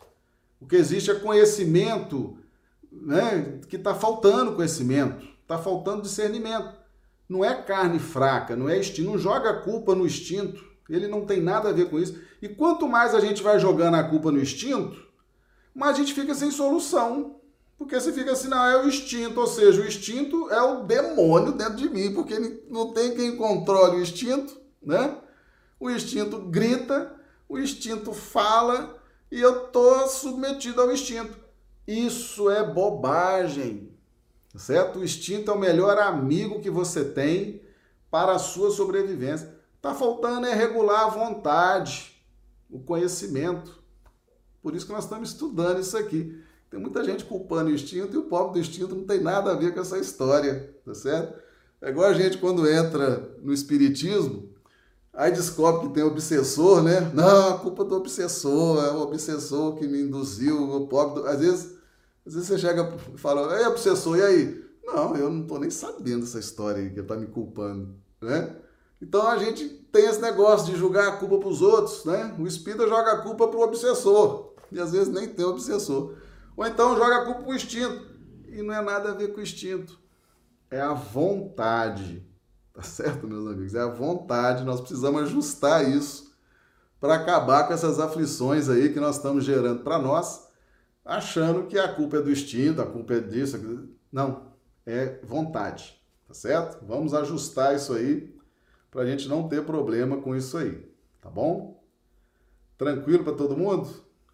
O que existe é conhecimento, né? Que está faltando conhecimento, está faltando discernimento. Não é carne fraca, não é instinto, não joga a culpa no instinto, ele não tem nada a ver com isso. E quanto mais a gente vai jogando a culpa no instinto, mais a gente fica sem solução. Porque você fica assim, não, é o instinto, ou seja, o instinto é o demônio dentro de mim, porque não tem quem controle o instinto, né? O instinto grita, o instinto fala e eu tô submetido ao instinto. Isso é bobagem, certo? O instinto é o melhor amigo que você tem para a sua sobrevivência. Tá faltando é regular a vontade, o conhecimento. Por isso que nós estamos estudando isso aqui. Tem muita gente culpando o instinto e o pobre do instinto não tem nada a ver com essa história, tá certo? É igual a gente quando entra no espiritismo, aí descobre que tem obsessor, né? Não, a culpa do obsessor, é o obsessor que me induziu, o pobre... Do... Às vezes, às vezes você chega e fala, ei, obsessor, e aí? Não, eu não tô nem sabendo dessa história aí que ele tá me culpando, né? Então a gente tem esse negócio de julgar a culpa pros outros, né? O espírita joga a culpa pro obsessor, e às vezes nem tem obsessor. Ou então joga a culpa pro instinto, e não é nada a ver com o instinto, é a vontade. Tá certo, meus amigos? É a vontade, nós precisamos ajustar isso para acabar com essas aflições aí que nós estamos gerando para nós, achando que a culpa é do instinto, a culpa é disso. Não, é vontade, tá certo? Vamos ajustar isso aí para a gente não ter problema com isso aí, tá bom? Tranquilo para todo mundo?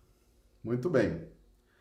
Muito bem.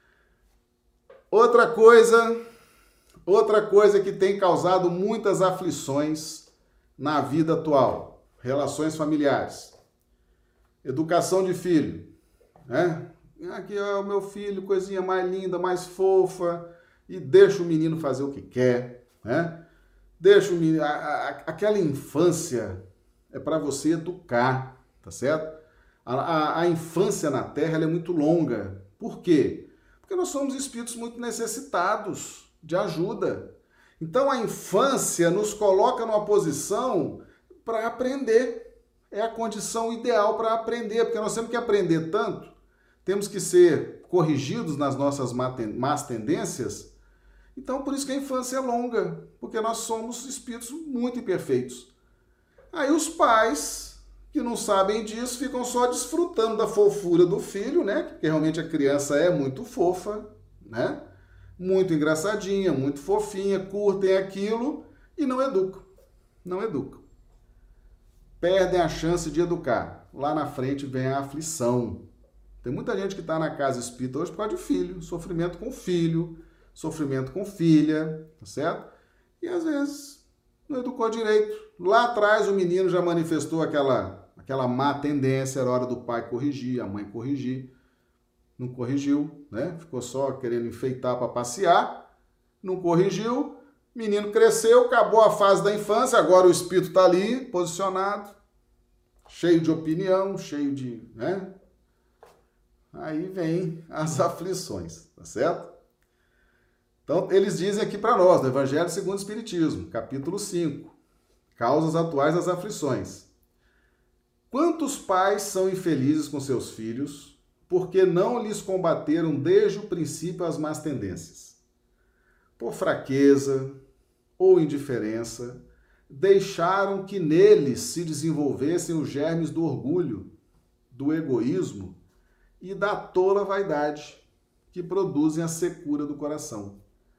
Outra coisa, outra coisa que tem causado muitas aflições na vida atual, relações familiares, educação de filho, né? Aqui é o meu filho, coisinha mais linda, mais fofa, e deixa o menino fazer o que quer, né? Deixa o menino, a, a, aquela infância é para você educar, tá certo? A, a, a infância na Terra ela é muito longa. Por quê? Porque nós somos espíritos muito necessitados de ajuda. Então a infância nos coloca numa posição para aprender. É a condição ideal para aprender, porque nós temos que aprender tanto, temos que ser corrigidos nas nossas más tendências, Então, por isso que a infância é longa, porque nós somos espíritos muito imperfeitos. Aí os pais, que não sabem disso, ficam só desfrutando da fofura do filho, né? Porque realmente a criança é muito fofa, né? Muito engraçadinha, muito fofinha, curtem aquilo e não educam. Não educam. Perdem a chance de educar. Lá na frente vem a aflição. Tem muita gente que está na casa espírita hoje por causa de filho, sofrimento com filho, sofrimento com filha, tá certo? E às vezes não educou direito. Lá atrás o menino já manifestou aquela, aquela má tendência, era hora do pai corrigir, a mãe corrigir. Não corrigiu, né? Ficou só querendo enfeitar para passear, não corrigiu. Menino cresceu, acabou a fase da infância, agora o espírito está ali, posicionado, cheio de opinião, cheio de, né? Aí vem as aflições, tá certo? Então, eles dizem aqui para nós, no Evangelho segundo o Espiritismo, capítulo cinco, causas atuais das aflições. Quantos pais são infelizes com seus filhos porque não lhes combateram desde o princípio as más tendências? Por fraqueza ou indiferença, deixaram que neles se desenvolvessem os germes do orgulho, do egoísmo e da tola vaidade, que produzem a secura do coração.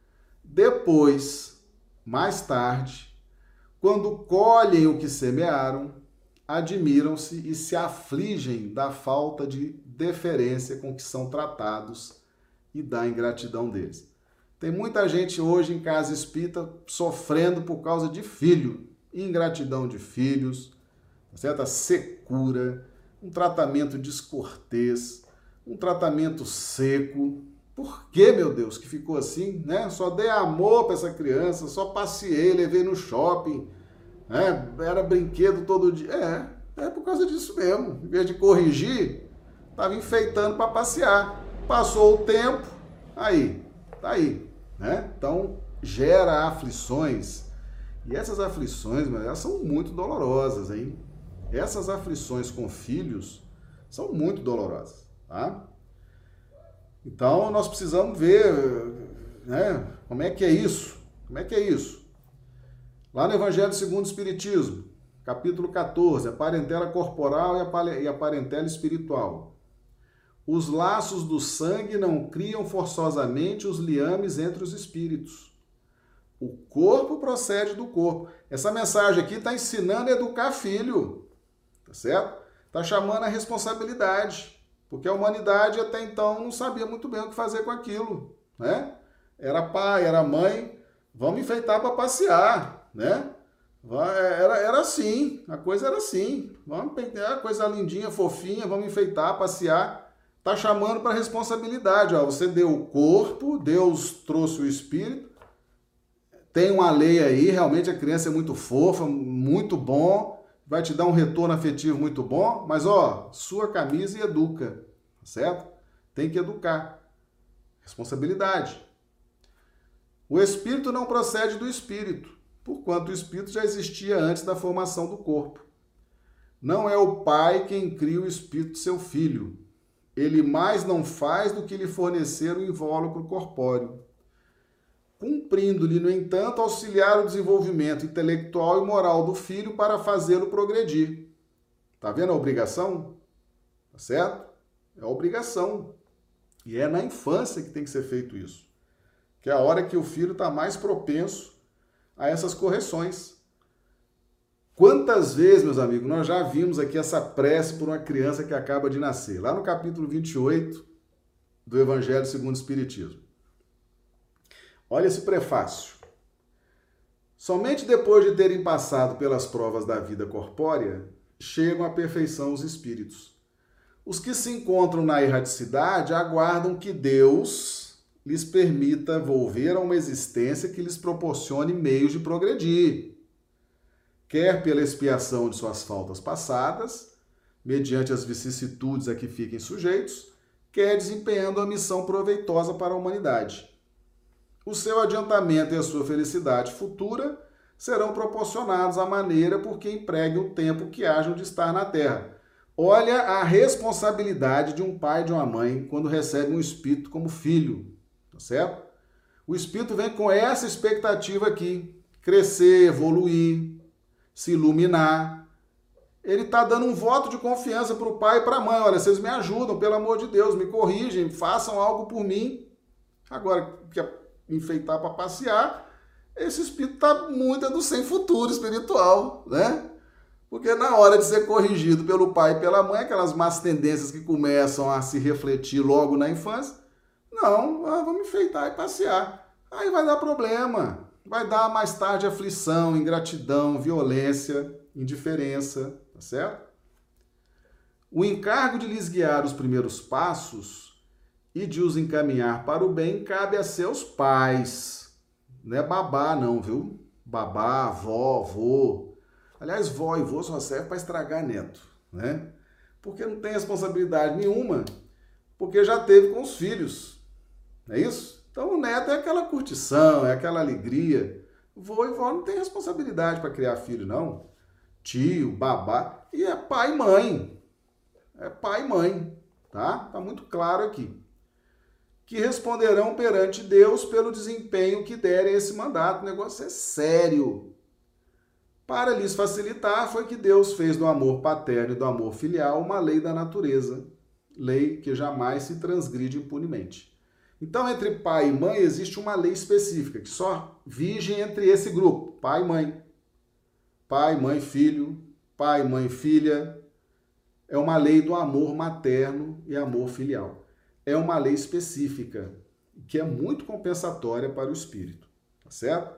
Depois, mais tarde, quando colhem o que semearam, admiram-se e se afligem da falta de deferência com que são tratados e da ingratidão deles. Tem muita gente hoje em casa espírita sofrendo por causa de filho, ingratidão de filhos, certa secura, um tratamento descortês, um tratamento seco. Por que, meu Deus, que ficou assim, né? Só dei amor para essa criança, só passeei, levei no shopping, né? Era brinquedo todo dia. É, é por causa disso mesmo. Em vez de corrigir, estava enfeitando para passear. Passou o tempo, aí, tá aí, né? Então, gera aflições. E essas aflições, mas elas são muito dolorosas, hein? Essas aflições com filhos são muito dolorosas, tá? Então, nós precisamos ver, né, como é que é isso? Como é que é isso? Lá no Evangelho segundo o Espiritismo, capítulo catorze, a parentela corporal e a parentela espiritual. Os laços do sangue não criam forçosamente os liames entre os espíritos. O corpo procede do corpo. Essa mensagem aqui está ensinando a educar filho, tá certo? Está chamando a responsabilidade. Porque a humanidade até então não sabia muito bem o que fazer com aquilo, né? Era pai, era mãe, vamos enfeitar para passear, né? Era, era assim, a coisa era assim. Vamos pegar coisa lindinha, fofinha, vamos enfeitar, passear. Tá chamando para responsabilidade, ó. Você deu o corpo, Deus trouxe o espírito. Tem uma lei aí, realmente a criança é muito fofa, muito bom. Vai te dar um retorno afetivo muito bom, mas ó, sua camisa e educa, certo? Tem que educar. Responsabilidade. O espírito não procede do espírito, porquanto o espírito já existia antes da formação do corpo. Não é o pai quem cria o espírito de seu filho. Ele mais não faz do que lhe fornecer o invólucro corpóreo, cumprindo-lhe, no entanto, auxiliar o desenvolvimento intelectual e moral do filho para fazê-lo progredir. Tá vendo a obrigação? Tá certo? É a obrigação. E é na infância que tem que ser feito isso. Que é a hora que o filho está mais propenso a essas correções. Quantas vezes, meus amigos, nós já vimos aqui essa prece por uma criança que acaba de nascer? Lá no capítulo vinte e oito do Evangelho segundo o Espiritismo. Olha esse prefácio. Somente depois de terem passado pelas provas da vida corpórea, chegam à perfeição os espíritos. Os que se encontram na erraticidade aguardam que Deus lhes permita volver a uma existência que lhes proporcione meios de progredir, quer pela expiação de suas faltas passadas, mediante as vicissitudes a que fiquem sujeitos, quer desempenhando a missão proveitosa para a humanidade. O seu adiantamento e a sua felicidade futura serão proporcionados à maneira por que empregue o tempo que hajam de estar na Terra. Olha a responsabilidade de um pai e de uma mãe quando recebe um espírito como filho, tá certo? O espírito vem com essa expectativa aqui, crescer, evoluir, se iluminar. Ele está dando um voto de confiança para o pai e para a mãe. Olha, vocês me ajudam, pelo amor de Deus, me corrigem, façam algo por mim. Agora, quer enfeitar para passear, esse espírito está muito do sem futuro espiritual, né? Porque na hora de ser corrigido pelo pai e pela mãe, aquelas más tendências que começam a se refletir logo na infância, não, ah, vamos enfeitar e passear. Aí vai dar problema, vai dar mais tarde aflição, ingratidão, violência, indiferença, tá certo? O encargo de lhes guiar os primeiros passos e de os encaminhar para o bem cabe a seus pais. Não é babá não, viu? Babá, avó, avô. Aliás, vó e vô só serve para estragar neto, né? Porque não tem responsabilidade nenhuma, porque já teve com os filhos, não é isso? Então o neto é aquela curtição, é aquela alegria. Vô e vó não tem responsabilidade para criar filho, não. Tio, babá, e é pai e mãe. É pai e mãe, tá? Tá muito claro aqui. Que responderão perante Deus pelo desempenho que derem esse mandato. O negócio é sério. Para lhes facilitar, foi que Deus fez do amor paterno e do amor filial uma lei da natureza, lei que jamais se transgride impunemente. Então, entre pai e mãe, existe uma lei específica, que só vige entre esse grupo, pai e mãe. Pai, mãe, filho, pai, mãe, filha. É uma lei do amor materno e amor filial. É uma lei específica, que é muito compensatória para o espírito, tá certo?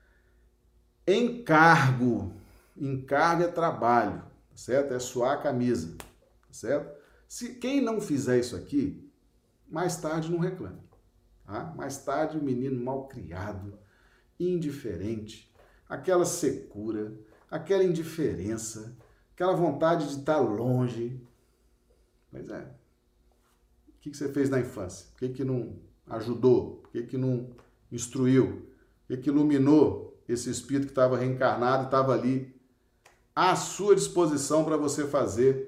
Encargo. Encargo é trabalho, tá certo? É suar a camisa, tá certo? Se quem não fizer isso aqui, mais tarde não reclame, tá? Mais tarde o menino mal criado, indiferente, aquela secura, aquela indiferença, aquela vontade de estar longe. Pois é. O que você fez na infância? Por que que não ajudou? Por que que não instruiu? Por que que iluminou esse espírito que estava reencarnado e estava ali à sua disposição para você fazer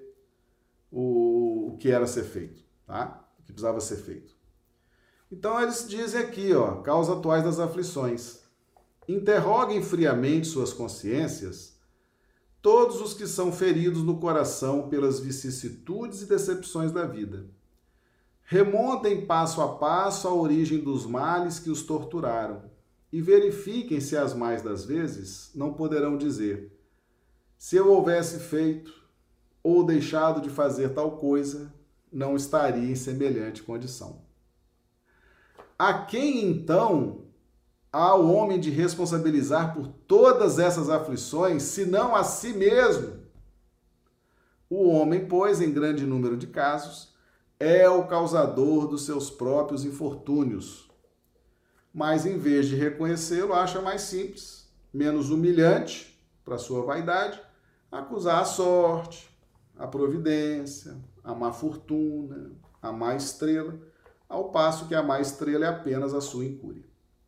o, o que era ser feito, tá? O que precisava ser feito. Então eles dizem aqui, ó, causas atuais das aflições. Interroguem friamente suas consciências todos os que são feridos no coração pelas vicissitudes e decepções da vida. Remontem passo a passo a origem dos males que os torturaram e verifiquem se as mais das vezes não poderão dizer: se eu houvesse feito ou deixado de fazer tal coisa, não estaria em semelhante condição. A quem, então, há o homem de responsabilizar por todas essas aflições, senão a si mesmo? O homem, pois, em grande número de casos, é o causador dos seus próprios infortúnios. Mas, em vez de reconhecê-lo, acha mais simples, menos humilhante para sua vaidade, acusar a sorte, a providência, a má fortuna, a má estrela, ao passo que a má estrela é apenas a sua incúria.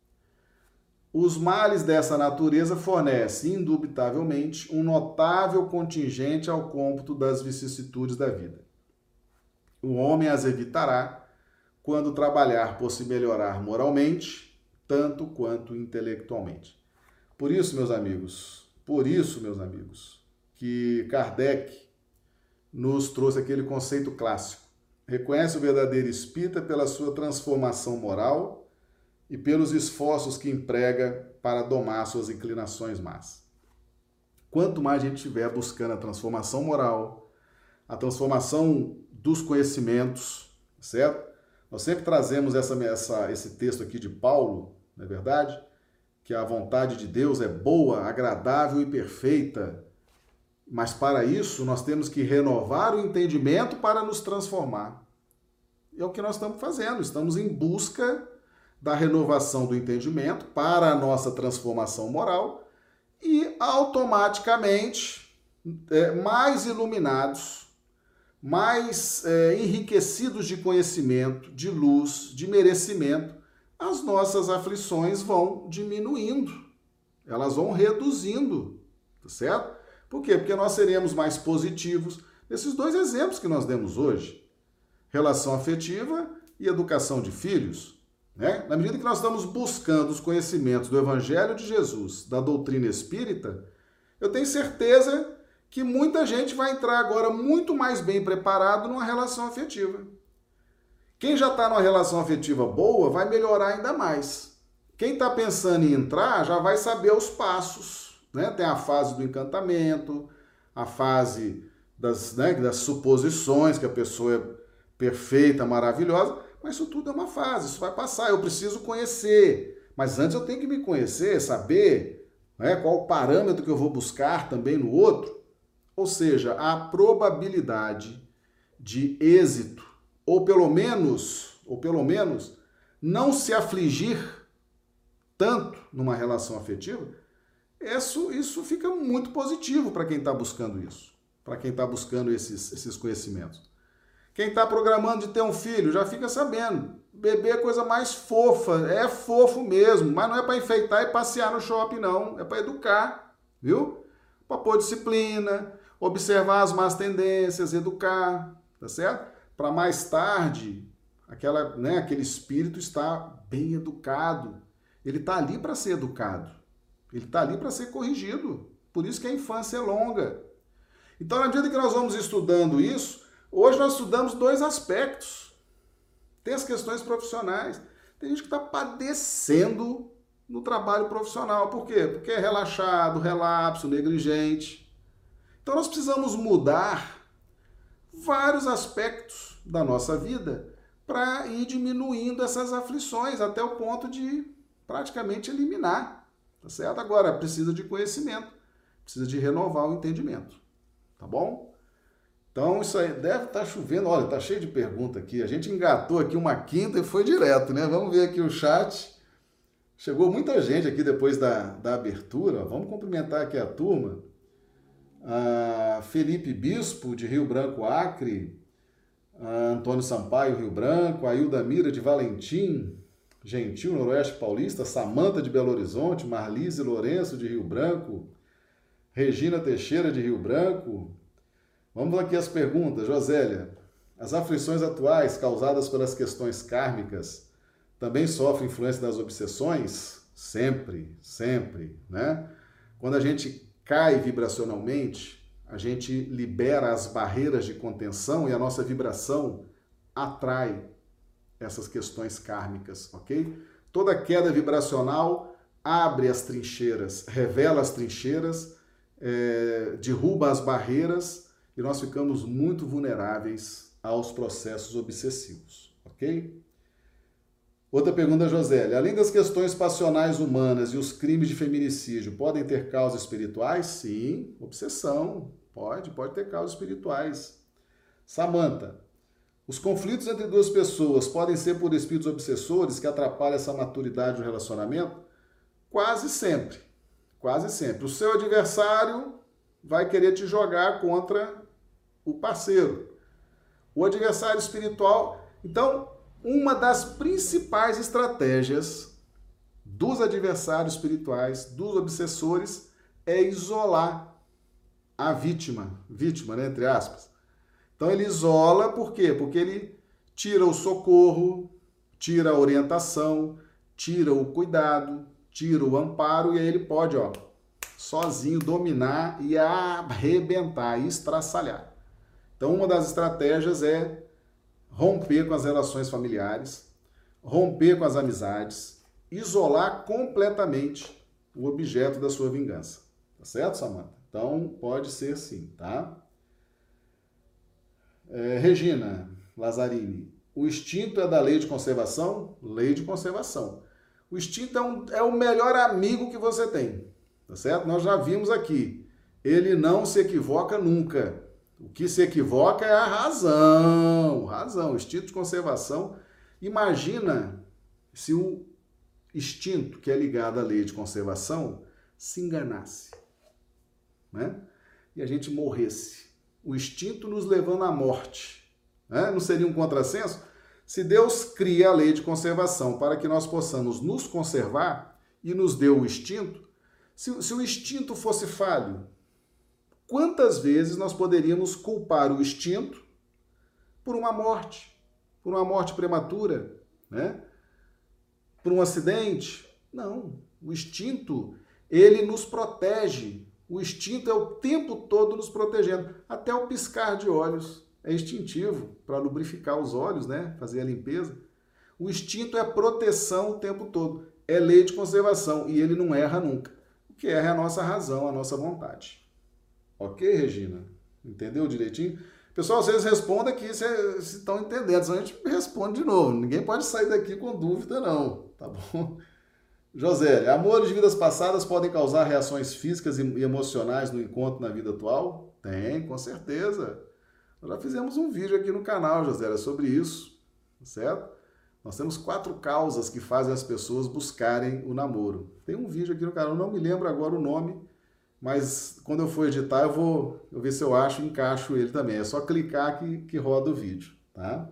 Os males dessa natureza fornecem, indubitavelmente, um notável contingente ao cômputo das vicissitudes da vida. O homem as evitará quando trabalhar por se melhorar moralmente, tanto quanto intelectualmente. Por isso, meus amigos, por isso, meus amigos, que Kardec nos trouxe aquele conceito clássico. Reconhece o verdadeiro espírita pela sua transformação moral e pelos esforços que emprega para domar suas inclinações más. Quanto mais a gente estiver buscando a transformação moral, a transformação dos conhecimentos, certo? Nós sempre trazemos essa, essa, esse texto aqui de Paulo, não é verdade? Que a vontade de Deus é boa, agradável e perfeita. Mas para isso nós temos que renovar o entendimento para nos transformar. E é o que nós estamos fazendo. Estamos em busca da renovação do entendimento para a nossa transformação moral e automaticamente é, mais iluminados, mais é, enriquecidos de conhecimento, de luz, de merecimento, as nossas aflições vão diminuindo, elas vão reduzindo, tá certo? Por quê? Porque nós seremos mais positivos nesses dois exemplos que nós demos hoje, relação afetiva e educação de filhos. né? Na medida que nós estamos buscando os conhecimentos do Evangelho de Jesus, da doutrina espírita, eu tenho certeza que muita gente vai entrar agora muito mais bem preparado numa relação afetiva. Quem já está numa relação afetiva boa vai melhorar ainda mais. Quem está pensando em entrar já vai saber os passos, né? Tem a fase do encantamento, a fase das, né, das suposições, que a pessoa é perfeita, maravilhosa, mas isso tudo é uma fase, isso vai passar, eu preciso conhecer. Mas antes eu tenho que me conhecer, saber, né, qual o parâmetro que eu vou buscar também no outro. Ou seja, a probabilidade de êxito, ou pelo menos, ou pelo menos, não se afligir tanto numa relação afetiva, isso, isso fica muito positivo para quem está buscando isso, para quem está buscando esses, esses conhecimentos. Quem está programando de ter um filho já fica sabendo, bebê é coisa mais fofa, é fofo mesmo, mas não é para enfeitar e passear no shopping não, é para educar, viu? Para pôr disciplina, observar as más tendências, educar, tá certo? Para mais tarde, aquela, né, aquele espírito estar bem educado. Ele está ali para ser educado. Ele está ali para ser corrigido. Por isso que a infância é longa. Então, na medida que nós vamos estudando isso, hoje nós estudamos dois aspectos. Tem as questões profissionais. Tem gente que está padecendo no trabalho profissional. Por quê? Porque é relaxado, relapso, negligente. Então, nós precisamos mudar vários aspectos da nossa vida para ir diminuindo essas aflições até o ponto de praticamente eliminar, tá certo? Agora, precisa de conhecimento, precisa de renovar o entendimento, tá bom? Então, isso aí deve estar chovendo, olha, tá cheio de pergunta aqui, a gente engatou aqui uma quinta e foi direto, né? Vamos ver aqui o chat, chegou muita gente aqui depois da, da abertura, vamos cumprimentar aqui a turma. Uh, Felipe Bispo, de Rio Branco, Acre, uh, Antônio Sampaio, Rio Branco, Ailda Mira, de Valentim, Gentil, Noroeste Paulista, Samanta, de Belo Horizonte, Marlise Lourenço, de Rio Branco, Regina Teixeira, de Rio Branco. Vamos aqui as perguntas. Josélia, as aflições atuais causadas pelas questões kármicas também sofrem influência das obsessões? Sempre, sempre, né? Quando a gente cai vibracionalmente, a gente libera as barreiras de contenção e a nossa vibração atrai essas questões kármicas, ok? Toda queda vibracional abre as trincheiras, revela as trincheiras, é, derruba as barreiras e nós ficamos muito vulneráveis aos processos obsessivos, ok? Outra pergunta, Josélia. Além das questões passionais humanas e os crimes de feminicídio, podem ter causas espirituais? Sim, obsessão. Pode, pode ter causas espirituais. Samanta. Os conflitos entre duas pessoas podem ser por espíritos obsessores que atrapalham essa maturidade do relacionamento? Quase sempre. Quase sempre. O seu adversário vai querer te jogar contra o parceiro. O adversário espiritual... Então, uma das principais estratégias dos adversários espirituais, dos obsessores, é isolar a vítima, vítima, né, entre aspas. Então ele isola, por quê? Porque ele tira o socorro, tira a orientação, tira o cuidado, tira o amparo, e aí ele pode, ó, sozinho dominar e arrebentar, e estraçalhar. Então uma das estratégias é romper com as relações familiares, romper com as amizades, isolar completamente o objeto da sua vingança. Tá certo, Samanta? Então, pode ser sim, tá? É, Regina Lazzarini, o instinto é da lei de conservação? Lei de conservação. O instinto é, um, é o melhor amigo que você tem, tá certo? Nós já vimos aqui, ele não se equivoca nunca. O que se equivoca é a razão, razão, o instinto de conservação. Imagina se o instinto que é ligado à lei de conservação se enganasse, né? E a gente morresse. O instinto nos levando à morte, né? Não seria um contrassenso? Se Deus cria a lei de conservação para que nós possamos nos conservar e nos deu o instinto, se, se o instinto fosse falho, quantas vezes nós poderíamos culpar o instinto por uma morte, por uma morte prematura, né? por um acidente? Não. O instinto, ele nos protege. O instinto é o tempo todo nos protegendo. Até o piscar de olhos é instintivo para lubrificar os olhos, né? Fazer a limpeza. O instinto é proteção o tempo todo. É lei de conservação e ele não erra nunca. O que erra é a nossa razão, a nossa vontade. Ok, Regina? Entendeu direitinho? Pessoal, vocês respondam aqui se, se estão entendendo. Senão a gente responde de novo. Ninguém pode sair daqui com dúvida, não. Tá bom? José, amores de vidas passadas podem causar reações físicas e emocionais no encontro na vida atual? Tem, com certeza. Nós já fizemos um vídeo aqui no canal, José, sobre isso, certo? Nós temos quatro causas que fazem as pessoas buscarem o namoro. Tem um vídeo aqui no canal, não me lembro agora o nome, mas quando eu for editar eu vou eu ver se eu acho e encaixo ele também. É só clicar que, que roda o vídeo, tá?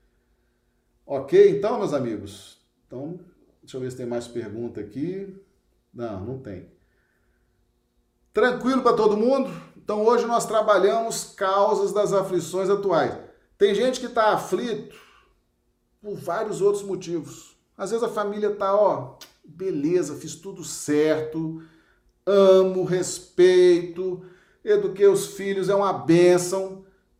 Ok, então, meus amigos? Então, deixa eu ver se tem mais pergunta aqui. Não, não tem. Tranquilo para todo mundo? Então, hoje nós trabalhamos causas das aflições atuais. Tem gente que está aflito por vários outros motivos. Às vezes a família está, ó, beleza, fiz tudo certo, amo, respeito, eduquei os filhos, é uma bênção,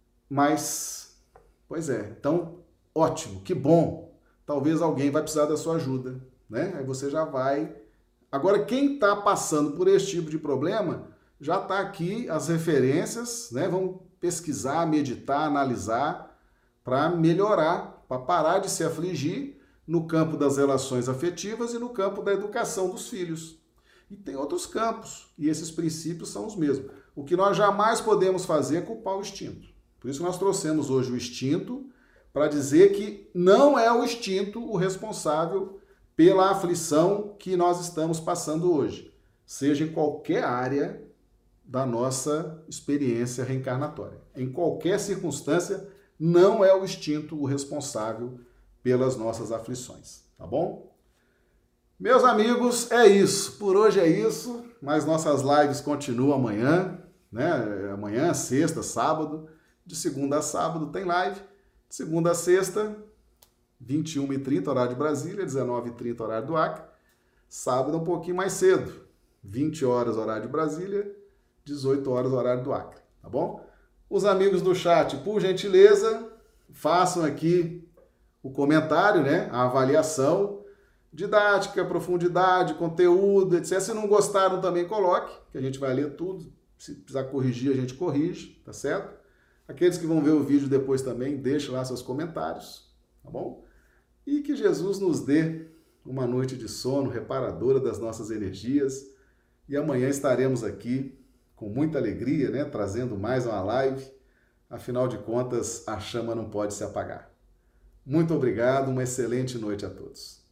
mas, pois é, então, ótimo, que bom. Talvez alguém vai precisar da sua ajuda, né? Aí você já vai. Agora, quem está passando por esse tipo de problema, já está aqui as referências, né? Vamos pesquisar, meditar, analisar, para melhorar, para parar de se afligir no campo das relações afetivas e no campo da educação dos filhos. E tem outros campos, e esses princípios são os mesmos. O que nós jamais podemos fazer é culpar o instinto. Por isso nós trouxemos hoje o instinto, para dizer que não é o instinto o responsável pela aflição que nós estamos passando hoje, seja em qualquer área da nossa experiência reencarnatória. Em qualquer circunstância, não é o instinto o responsável pelas nossas aflições, tá bom? Meus amigos, é isso. Por hoje é isso, mas nossas lives continuam amanhã, né? Amanhã, sexta, sábado, de segunda a sábado tem live. Segunda a sexta, vinte e uma e trinta, horário de Brasília, dezenove e trinta, horário do Acre. Sábado um pouquinho mais cedo, vinte horas, horário de Brasília, dezoito horas, horário do Acre, tá bom? Os amigos do chat, por gentileza, façam aqui o comentário, né? A avaliação, didática, profundidade, conteúdo, etcétera. Se não gostaram, também coloque, que a gente vai ler tudo. Se precisar corrigir, a gente corrige, tá certo? Aqueles que vão ver o vídeo depois também, deixem lá seus comentários, tá bom? E que Jesus nos dê uma noite de sono reparadora das nossas energias. E amanhã estaremos aqui com muita alegria, né? Trazendo mais uma live. Afinal de contas, a chama não pode se apagar. Muito obrigado, uma excelente noite a todos.